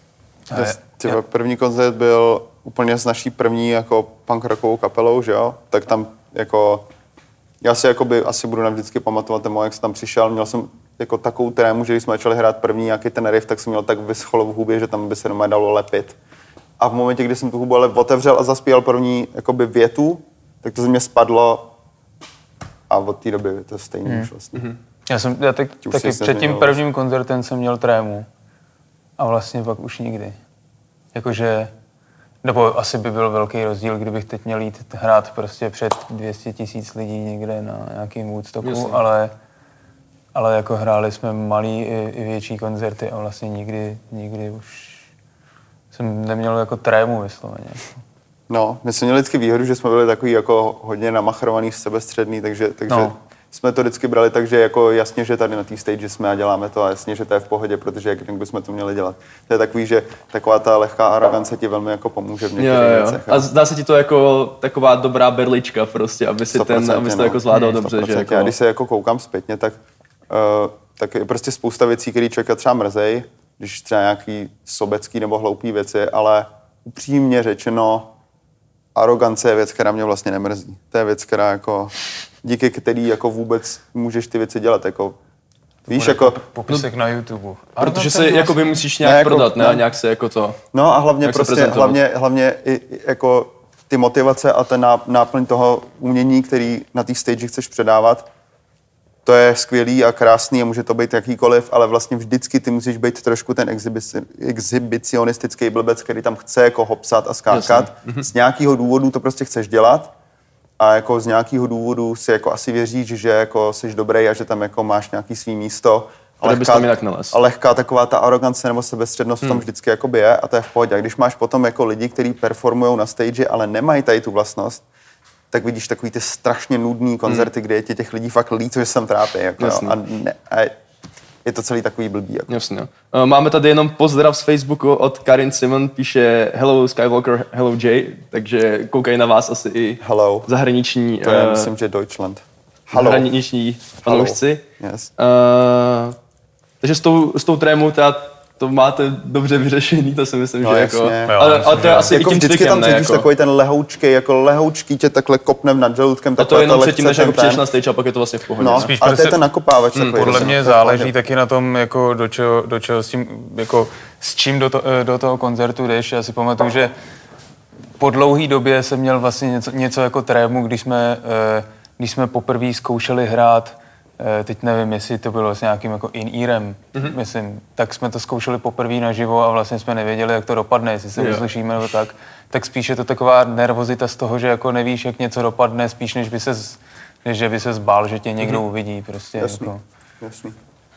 První koncert byl úplně s naší první jako punk rockovou kapelou, že jo? Tak tam jako, já si jakoby asi budu navždycky pamatovat ten moment, jak jsem tam přišel, měl jsem jako takovou trému, že když jsme začali hrát první nějaký ten riff, tak jsem měl tak vyschlo v hubě, že tam by se doma dalo lepit. A v momentě, kdy jsem tu hubu ale otevřel a zaspíval první jakoby větu, tak to ze mě spadlo a od té doby to stejný už vlastně. Já taky před tím prvním koncertem jsem měl trému a vlastně pak už nikdy. Jakože, nebo asi by byl velký rozdíl, kdybych teď měl jít hrát prostě před 200 000 lidí někde na nějakým Woodstocku, ale jako hráli jsme malý i větší koncerty a vlastně nikdy už jsem neměl jako trému vysloveně. No, my jsme měli vždycky výhodu, že jsme byli takový jako hodně namachrovaný, sebestředný, takže jsme to vždycky brali tak, že jako jasně, že tady na té stage jsme a děláme to a jasně, že to je v pohodě, protože jak bychom to měli dělat. To je takový, že taková ta lehká arogance ti velmi jako pomůže v některých věcech. A zdá se ti to jako taková dobrá berlička prostě, aby si abys to jako zvládal dobře. Že jako... Já když se jako koukám zpětně, tak je prostě spousta věcí, které člověka třeba mrzej, když třeba nějaký sobecký nebo hloupý věci, ale upřímně řečeno, arogance je věc, která mě vlastně nemrzí. To je věc, která jako, díky který jako vůbec můžeš ty věci dělat, jako víš, jako... Popisek na YouTube. Protože se jako by musíš nějak prodat, ne? A nějak se jako to... No a hlavně prostě, hlavně i jako ty motivace a ten náplň toho umění, který na té stage chceš předávat, to je skvělý a krásný a může to být jakýkoliv, ale vlastně vždycky ty musíš být trošku ten exhibicionistický blbec, který tam chce jako hopsat a skákat. Z nějakého důvodu to prostě chceš dělat a jako z nějakého důvodu si jako asi věříš, že jako jsi dobrý a že tam jako máš nějaký svý místo. A lehká taková ta arogance nebo sebestřednost v tom vždycky jakoby je a to je v pohodě. A když máš potom jako lidi, kteří performujou na stage, ale nemají tady tu vlastnost, tak vidíš takový ty strašně nudný koncerty, kde je těch lidí fakt líto, že se tam trápí. Jako, a je to celý takový blbý. Jako. Jasně. Máme tady jenom pozdrav z Facebooku od Karin Simon, píše Hello Skywalker, hello Jay, takže koukají na vás asi i zahraniční... To je, myslím, že Deutschland. Zahraniční fanoušci. Yes. Takže s tou trémou to máte dobře vyřešený, to si myslím, no, že jasně. jako... Ale to je asi jako i tím vždycky tam cítíš jako... takový ten lehoučký tě takhle kopnem nad žaludkem. A to je jenom předtím, než jako přijdeš na stage a pak je to vlastně v pohodě. No, ale to je ten nakopávač takový. Podle mě záleží taky na tom, jako do čeho s tím, jako s čím do toho koncertu jdeš. Já si pamatuju, že po dlouhý době jsem měl vlastně něco jako trému, když jsme poprvé zkoušeli hrát. Teď nevím, jestli to bylo s nějakým jako in-earem, myslím, tak jsme to zkoušeli poprvé naživo a vlastně jsme nevěděli, jak to dopadne, jestli se uslyšíme nebo tak spíš je to taková nervozita z toho, že jako nevíš, jak něco dopadne, spíš než že by se zbál, že tě někdo uvidí prostě. Jasný. Jako. Jasný.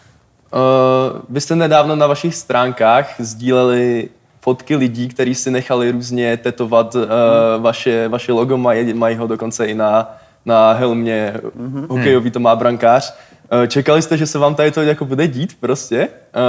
Vy jste nedávno na vašich stránkách sdíleli fotky lidí, kteří si nechali různě tetovat vaše logo, mají ho dokonce i na helmě, hokejový to má brankář. Čekali jste, že se vám tady to jako bude dít prostě?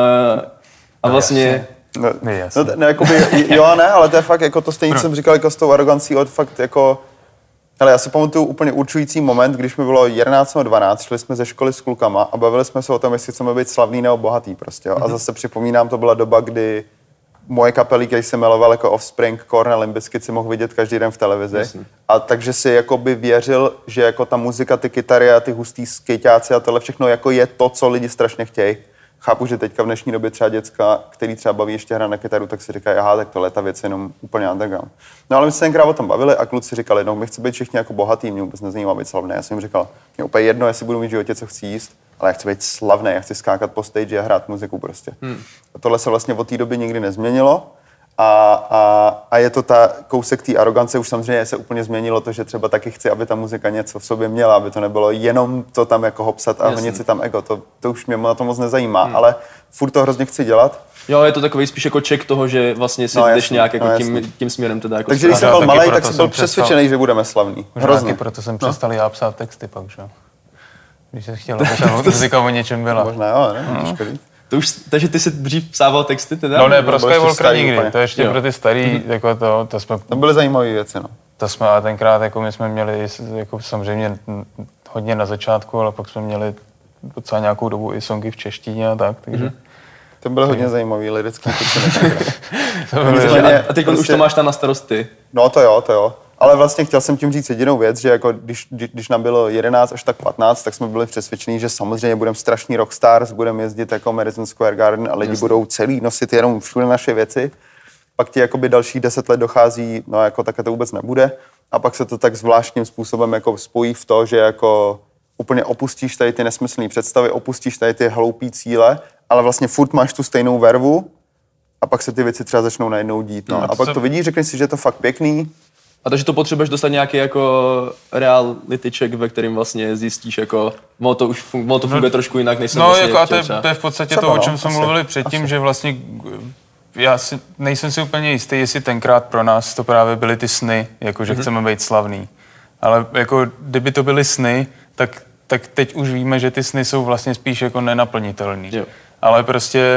A vlastně... No, jakoby, jo a ne, ale to je fakt, jako to stejně jsem říkal, jako s tou arogancí, od fakt jako... Hele, já si pamatuju úplně určující moment, když mi bylo 11 nebo 12, šli jsme ze školy s klukama a bavili jsme se o tom, jestli chceme být slavný nebo bohatý prostě, jo. A zase připomínám, to byla doba, kdy moje kapely, který se miloval jako Offspring, Korn a Limp Bizkit, si mohl vidět každý den v televizi. Jasně. A takže si jakoby věřil, že jako ta muzika, ty kytary a ty hustý skejťáci a tohle všechno jako je to, co lidi strašně chtějí. Chápu, že teďka v dnešní době třeba děcka, který třeba baví ještě hra na kytaru, tak si říkají, aha, tak tohle je ta věc jenom úplně underground. No ale my se tenkrát o tom bavili a kluci říkali, no my chceme být všichni jako bohatý, mě vůbec nezajímá být slavný. Já jsem jim říkal, mě úplně jedno, jestli budu mít v životě, co chci jíst, ale já chci být slavný, já chci skákat po stage a hrát muziku prostě. A tohle se vlastně od té doby nikdy nezměnilo. A je to ta kousek té arogance, už samozřejmě se úplně změnilo to, že třeba taky chci, aby ta muzika něco v sobě měla, aby to nebylo jenom to tam jako hopsat a honit si tam ego, to už mě na to moc nezajímá, ale furt to hrozně chci dělat. Jo, je to takový spíš jako check toho, že vlastně si jdeš nějak jako tím směrem teda jako... Takže když jsem byl malej, tak jsem byl přesvědčený, že budeme slavní. Hrozně. Proto jsem přestal já psát texty pak, že? Když se chtěl, aby ta muzika o něčem byla. Možná jo, ne? Takže ty jsi dřív psával texty teda? No ne, pro Skywalkera nikdy, to ještě pro ty starý, jako to jsme... To byly zajímavé věci, no. To jsme ale tenkrát, jako my jsme měli jako samozřejmě hodně na začátku, ale pak jsme měli docela nějakou dobu i songy v češtině a tak, takže... To byly hodně zajímavý lirický pocity. A teď už to máš tam na starost ty. No to jo. Ale vlastně chtěl jsem tím říct jedinou věc, že jako když nám bylo 11 až tak 15, tak jsme byli přesvědčení, že samozřejmě budeme strašní rockstars, budeme jezdit jako Madison Square Garden a lidi budou celý nosit jenom všude naše věci. Pak ti jakoby dalších 10 let dochází, no jako také to vůbec nebude. A pak se to tak zvláštním způsobem jako spojí v to, že jako úplně opustíš tady ty nesmyslné představy, opustíš tady ty hloupý cíle, ale vlastně furt máš tu stejnou vervu a pak se ty věci třeba začnou najednou dít. No. A pak to vidíš, řekneš si, že je to fakt pěkný. A takže to potřebuješ dostat nějaký jako reality check, ve kterým vlastně zjistíš, jako ono to funguje trošku jinak, než jsem vlastně jako chtěl. to je v podstatě to, o čem jsme mluvili předtím, že vlastně nejsem si úplně jistý, jestli tenkrát pro nás to právě byly ty sny, jako že chceme být slavný. Ale jako kdyby to byly sny, tak teď už víme, že ty sny jsou vlastně spíš jako nenaplnitelný. Jo. Ale prostě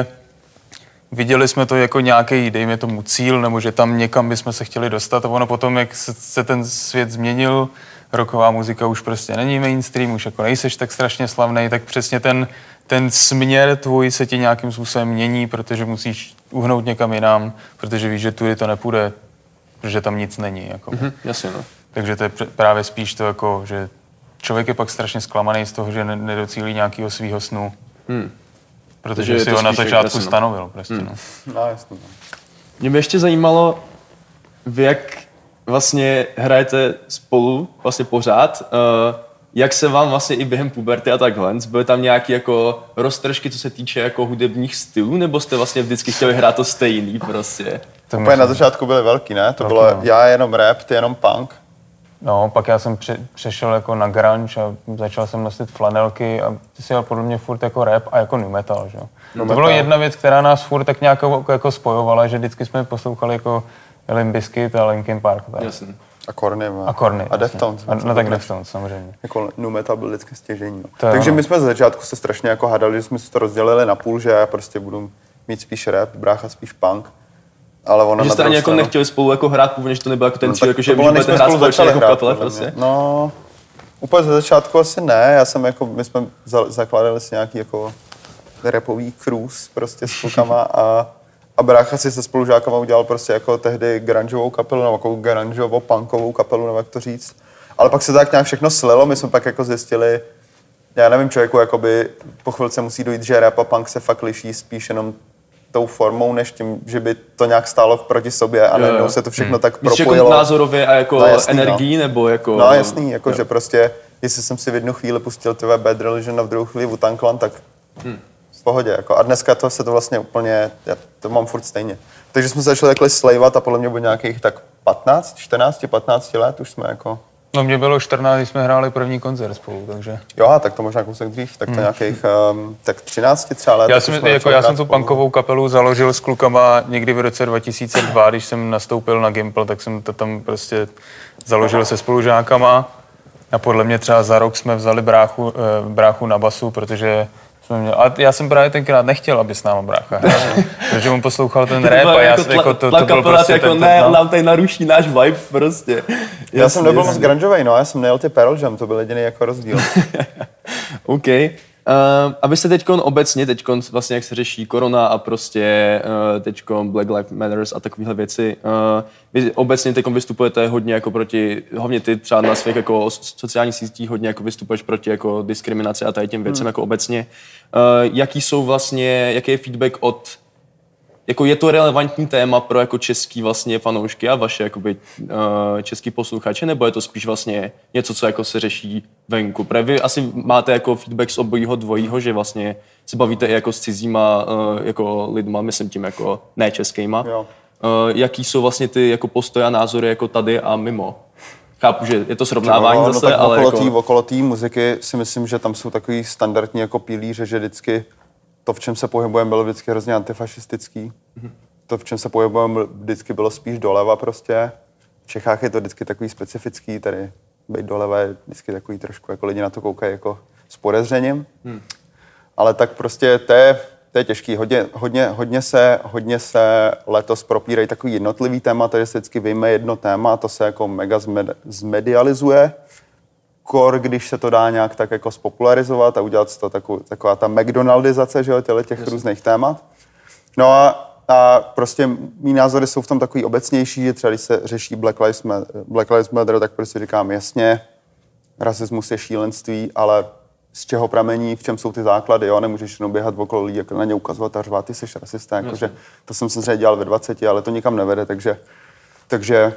viděli jsme to jako nějaký, dejme tomu, cíl, nebo že tam někam bychom se chtěli dostat a ono potom, jak se ten svět změnil, rocková muzika už prostě není mainstream, už jako nejseš tak strašně slavnej, tak přesně ten směr tvůj se ti nějakým způsobem mění, protože musíš uhnout někam jinam, protože víš, že tudy to nepůjde, protože tam nic není. Jako. Jasně, no. Takže to je právě spíš to, jako, že člověk je pak strašně zklamaný z toho, že nedocílí nějakého svýho snu. Protože si ho na začátku stanovil. Prostě, no. No, jasně. Mě by ještě zajímalo, vy jak vlastně hrajete spolu vlastně pořád, jak se vám vlastně i během puberty a takhle, byly tam nějaké jako roztržky, co se týče jako hudebních stylů, nebo jste vlastně vždycky chtěli hrát to stejný prostě? To úplně na začátku byly velký, ne? To bylo já jenom rap, ty jenom punk. No, pak já jsem přešel jako na grunge a začal jsem nosit flanelky a ty si jel podle mě furt jako rap a jako nu metal, že jo. To bylo jedna věc, která nás furt tak nějak jako spojovala, že vždycky jsme poslouchali jako Limp Bizkit a Linkin Park. Jasně. A Korny. A Deftones. No tak Deftones, samozřejmě. Jako nu metal byl vždycky stěžení. No. Takže my jsme z začátku se strašně jako hádali, že jsme si to rozdělili na půl, že já prostě budu mít spíš rap, brácha spíš punk. Ale ona že jste ani jako nechtěli spolu jako hrát původně, že to nebylo jako ten cíl, jako že budete hrát společně jako kapele prostě? No, úplně ze začátku asi ne, my jsme zakládali si nějaký jako rapový cruise prostě s klukama a brácha si se spolužákama udělal prostě jako tehdy grungeovou kapelu, nebo jako grungeovo-punkovou kapelu, nebo jak to říct. Ale pak se tak nějak všechno slilo, my jsme pak jako zjistili, já nevím, člověku jakoby po chvilce musí dojít, že rap a punk se fakt liší spíš jenom tou formou, než tím, že by to nějak stálo proti sobě a najednou se to všechno tak propojilo. Jako názorově a jako energií, nebo jako... No jasný, jako že prostě, jestli jsem si v jednu chvíli pustil tvé Bad Religion a v druhou chvíli Wu-Tang Clan, tak v pohodě. Jako. A dneska se to vlastně úplně, já to mám furt stejně. Takže jsme se začali takhle slejvat a podle mě bylo nějakých tak 15 let už jsme jako... No mě bylo 14, když jsme hráli první koncert spolu, takže... Jo, tak to možná kousek dřív, tak to nějakých tak 13 třeba let. Já jsem tu punkovou kapelu založil s klukama někdy v roce 2002, když jsem nastoupil na Gimple, tak jsem to tam prostě založil se spolužákama a podle mě třeba za rok jsme vzali bráchu na basu, protože a já jsem právě tenkrát nechtěl, aby s náma brácha hrál, protože on poslouchal ten rap a já jako to byl prostě jako ne, on nám tady naruší náš vibe prostě. Já jsem nebyl moc grungeovej, no, já jsem nejel ty Pearl Jam, to byl jediný jako rozdíl. OK. Abyste teďkon obecně, vlastně jak se řeší korona a prostě teďkon Black Lives Matters a takovéhle věci, vy obecně teďkon vystupujete hodně jako proti, hlavně ty třeba na svých jako sociálních sítích hodně jako vystupuješ proti jako diskriminaci a tady těm věcem jako obecně. Jaký je feedback od, jako je to relevantní téma pro jako český vlastně fanoušky a vaše jakoby český posluchače, nebo je to spíš vlastně něco, co jako se řeší venku? Protože vy asi máte jako feedback z obojího dvojího, že vlastně se bavíte i jako s cizíma jako lidma, myslím tím jako ne českýma. Jo. Jaký jsou vlastně ty jako postoje a názory jako tady a mimo? Chápu, že je to srovnávání zase, tak ale okolo té muziky si myslím, že tam jsou takový standardní jako pilíře, že vždycky to, v čem se pohybujeme, bylo vždycky hrozně antifašistický. To, v čem se pohybujeme, vždycky bylo spíš doleva prostě. V Čechách je to vždycky takový specifický, tady být doleva je vždycky takový trošku, jako lidi na to koukají jako s podezřením. Ale tak prostě to je to je těžký. Hodně se letos propírají takový jednotlivý témata, že se vždycky vyjme jedno téma a to se jako mega zmedializuje. Kor, když se to dá nějak tak jako spopularizovat a udělat z toho taková ta McDonaldizace, že jo, těch různých témat. No a prostě mý názory jsou v tom takový obecnější, že třeba když se řeší Black Lives Matter, tak prostě říkám jasně, rasismus je šílenství, ale z čeho pramení, v čem jsou ty základy, jo, nemůžeš jenom běhat okolo lidí, jako na ně ukazovat a řvát, ty jsi rasista, jakože to jsem samozřejmě dělal ve 20, ale to nikam nevede, takže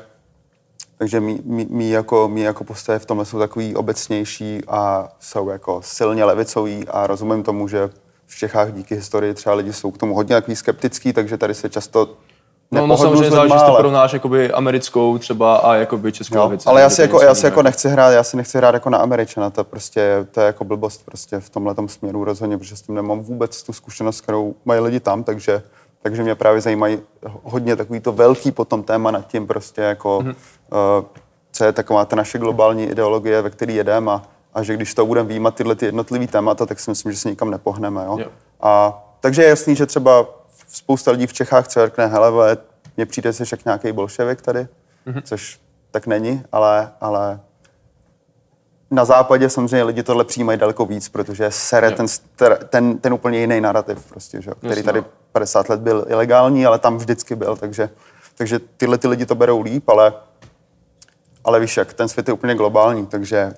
mý jako postoje v tomhle jsou takový obecnější a jsou jako silně levicový a rozumím tomu, že v Čechách díky historii třeba lidi jsou k tomu hodně takový skeptický, takže tady se často No samozřejmě záleží, že to pro náš jakoby americkou třeba a jakoby českou levici. Ale já si jako nechci hrát jako na Američana, to je jako blbost prostě v tomhletom směru rozhodně, protože s tím nemám vůbec tu zkušenost, kterou mají lidi tam, takže mě právě zajímají hodně takový to velký potom téma nad tím prostě jako, co je taková ta naše globální ideologie, ve který jedeme a že když to budeme výjímat tyhle ty jednotlivý témata, tak si myslím, že se nikam nepohneme, jo. A takže je jasný, že třeba spousta lidí v Čechách třeba řekne, hele, mně přijde si však nějaký bolševik tady, což tak není, ale na západě samozřejmě lidi tohle přijímají daleko víc, protože sere ten úplně jiný narrativ, prostě, že? Který tady 50 let byl ilegální, ale tam vždycky byl, takže tyhle ty lidi to berou líp, ale víš jak, ten svět je úplně globální, takže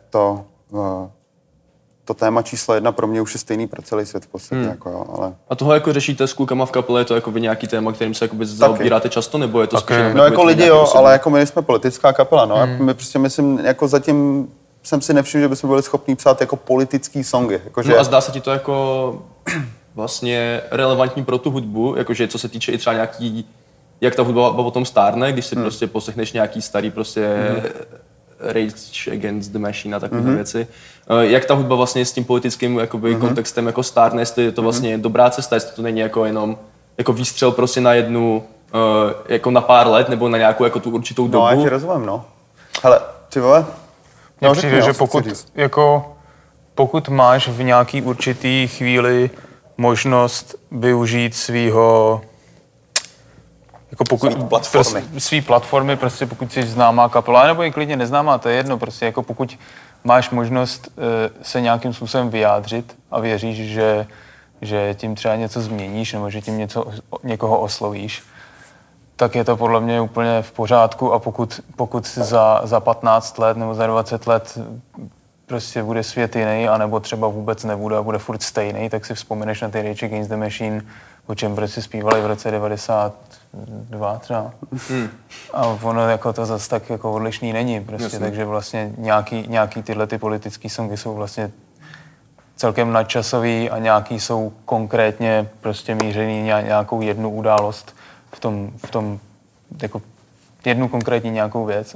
to téma číslo 1 pro mě už je stejný pro celý svět v podstatě. Jako, jo, ale... A toho jako řešíte s klukama v kapele, je to jako nějaký téma, kterým se zaobíráte často, nebo je to spíš no jako lidi jo, ale jako my nejsme politická kapela, no. My prostě myslím, jako zatím jsem si nevšiml, že bychom byli schopní psát jako politický songy. Jakože... No a zdá se ti to jako vlastně relevantní pro tu hudbu, jakože co se týče i třeba nějaký, jak ta hudba potom stárne, když si prostě poslechneš nějaký starý prostě Rage Against the Machine a takové věci. Jak ta hudba vlastně s tím politickým jakoby, kontextem jako stárne, jestli je to vlastně dobrá cesta, jestli to není jako jenom jako výstřel prostě na jednu, jako na pár let, nebo na nějakou jako tu určitou dobu. No, já ti rozumím, no. Hele, ty vole. Mně přijde, že pokud máš v nějaký určitý chvíli možnost využít svýho jako svý platformy, prostě pokud jsi známá kapela, nebo i klidně neznámá, to je jedno, prostě jako pokud máš možnost se nějakým způsobem vyjádřit a věříš, že tím třeba něco změníš, nebo že tím někoho oslovíš, tak je to podle mě úplně v pořádku a pokud za 15 let nebo za 20 let prostě bude svět jiný, anebo třeba vůbec nebude a bude furt stejný, tak si vzpomeneš na ty Rage Against the Machine, o čem prostě zpívali v roce 92 třeba. A ono jako to zase tak jako odlišný není prostě, takže vlastně nějaký tyhle ty politický songy jsou vlastně celkem nadčasový a nějaký jsou konkrétně prostě mířený nějakou jednu událost v tom jako jednu konkrétní nějakou věc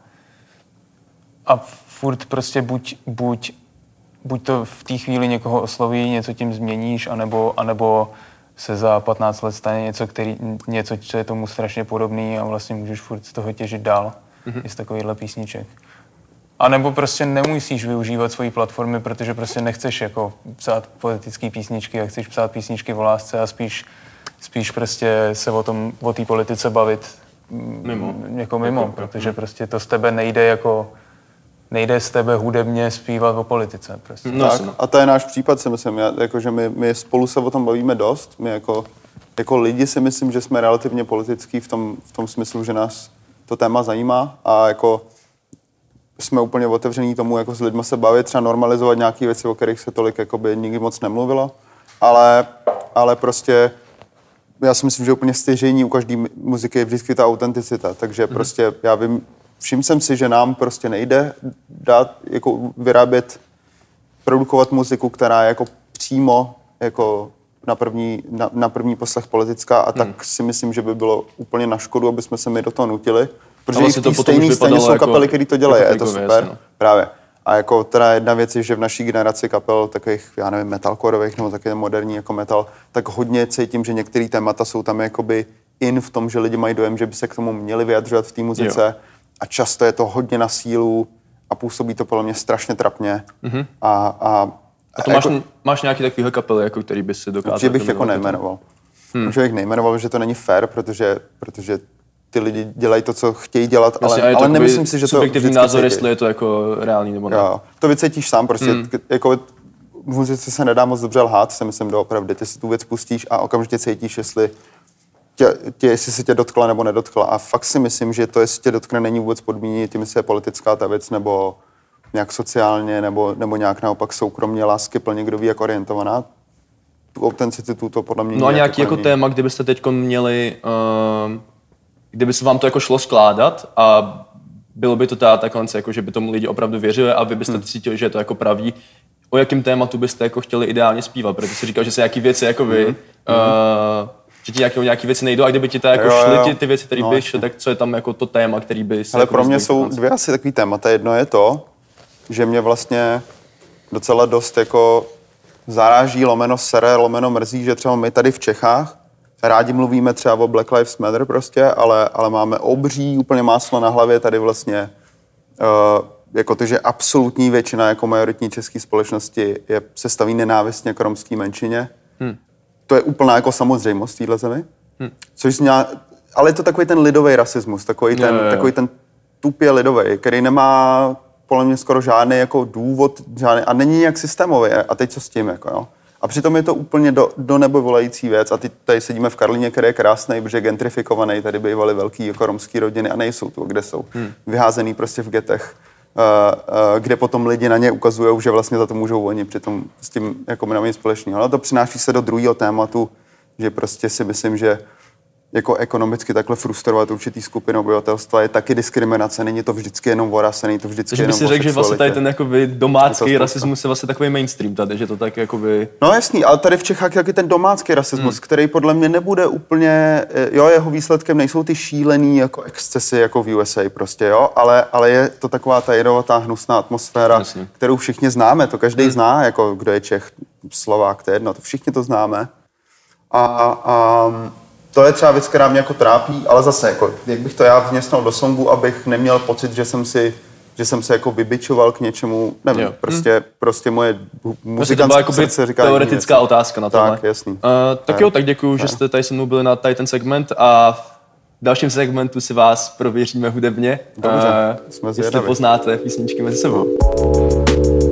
a furt prostě buď to v té chvíli někoho osloví, něco tím změníš, anebo se za 15 let stane něco, co je tomu strašně podobný a vlastně můžeš furt z toho těžit dál, i z takovýchhle písniček. A nebo prostě nemusíš využívat svoji platformy, protože prostě nechceš jako psát politické písničky a chceš psát písničky o lásce a spíš prostě se o té politice bavit mimo, protože prostě to z tebe nejde z tebe hudebně zpívat o politice. Prostě. No, tak, a to je náš případ, si myslím, že my spolu se o tom bavíme dost, my jako lidi si myslím, že jsme relativně politický v tom smyslu, že nás to téma zajímá a jako jsme úplně otevření tomu, jako s lidmi se bavit, třeba normalizovat nějaké věci, o kterých se tolik jakoby nikdy moc nemluvilo, ale prostě já si myslím, že úplně stěžejní u každé muziky je vždycky ta autenticita, takže prostě já vím, všiml jsem si, že nám prostě nejde dát, jako produkovat muziku, která je jako přímo jako na první poslech politická a tak si myslím, že by bylo úplně na škodu, aby jsme se my do toho nutili, protože i v té stejné scéně jsou kapely, které to dělají, je to super, věc, právě. A jako teda jedna věc je, že v naší generaci kapel takových, já nevím, metalcoreových nebo taky moderní jako metal, tak hodně cítím, že některé témata jsou tam jakoby v tom, že lidi mají dojem, že by se k tomu měli vyjadřovat v té muzice. Jo. A často je to hodně na sílu a působí to podle mě strašně trapně. A to máš nějaký takovýhle kapely, jako který by si dokázal... Určitě bych jako nejmenoval. Určitě bych nejmenoval, že to není fair, protože ty lidi dělají to, co chtějí dělat, ale nemyslím si, že to subjektivní názor, jestli je to jako reálný nebo ne. Jo, to vycítíš sám, prostě jako v muzice se nedá moc dobře lhát, si myslím doopravdy. Ty si tu věc pustíš a okamžitě cítíš, jestli se tě dotkla nebo nedotkla. A fakt si myslím, že to, jestli tě dotkne, není vůbec podmíněný tím, jestli je politická ta věc, nebo nějak sociálně, nebo nějak naopak soukromně, láskyplně, kdo ví, jak orientovaná. Tu autenticitu to podle mě... No a nějaký jako téma, kdybyste teď měli, kdyby se vám to jako šlo skládat a bylo by to takhle, jako, že by tomu lidi opravdu věřili a vy byste cítili, že je to jako pravý, o jakém tématu byste jako chtěli ideálně zpívat, protože jsi říkal, že se nějaký věci jako vy, že ti nějaký věci nejdou a kdyby ti to jako šly ty věci, které by šly, tak co je tam jako to téma, který by se... Ale jako pro mě jsou dvě asi takový témata. Jedno je to, že mě vlastně docela dost jako zaráží, lomeno sere, lomeno mrzí, že třeba my tady v Čechách rádi mluvíme třeba o Black Lives Matter prostě, ale máme obří úplně máslo na hlavě tady vlastně jako to, že absolutní většina jako majoritní české společnosti se staví nenávistně k romské menšině. To je úplná jako samozřejmost v téhle zemi. Což ale je to takový ten lidový rasismus, takový ten tupě lidový, který nemá podle mě skoro žádný jako důvod, a není nějak systémový. A teď co s tím, jako jo? A přitom je to úplně do nebe volající věc. A tady sedíme v Karlíně, který je krásný, protože je gentrifikovaný, tady bývaly velký jako romský rodiny a nejsou tu, kde jsou. Vyházený prostě v getech, kde potom lidi na ně ukazují, že vlastně za to můžou oni, přitom s tím jako nemají společného. Ale to přináší se do druhého tématu, že prostě si myslím, že jako ekonomicky takhle frustrovat určitý skupinu obyvatelstva je taky diskriminace. Není to vždycky jenom o rase, není to vždycky jenom o sexualitě. Takže by si řekl, že vlastně tady ten jakoby domácký rasismus je vlastně takový mainstream tady, že to tak jakoby... No jasný, ale tady v Čechách taky ten domácký rasismus, který podle mě nebude úplně, jeho výsledkem nejsou ty šílený jako excesy jako v USA prostě, jo, ale je to taková ta jedovatá hnusná atmosféra, kterou všichni známe, to každý zná, jako kdo je Čech, Slovák, to je jedno, to všichni to známe. To je třeba věc, která mě jako trápí, ale zase, jako, jak bych to já vměstnal do songu, abych neměl pocit, že jsem se jako vybičoval k něčemu, nevím, prostě moje muzikantské srdce říká teoretická otázka na tohle. Tak, jasný. Tak jo, tak děkuju, že jste tady se mnou byli na tady ten segment a v dalším segmentu si vás prověříme hudebně. Dobře, jsme zvědaví. Jestli poznáte písničky mezi sebou.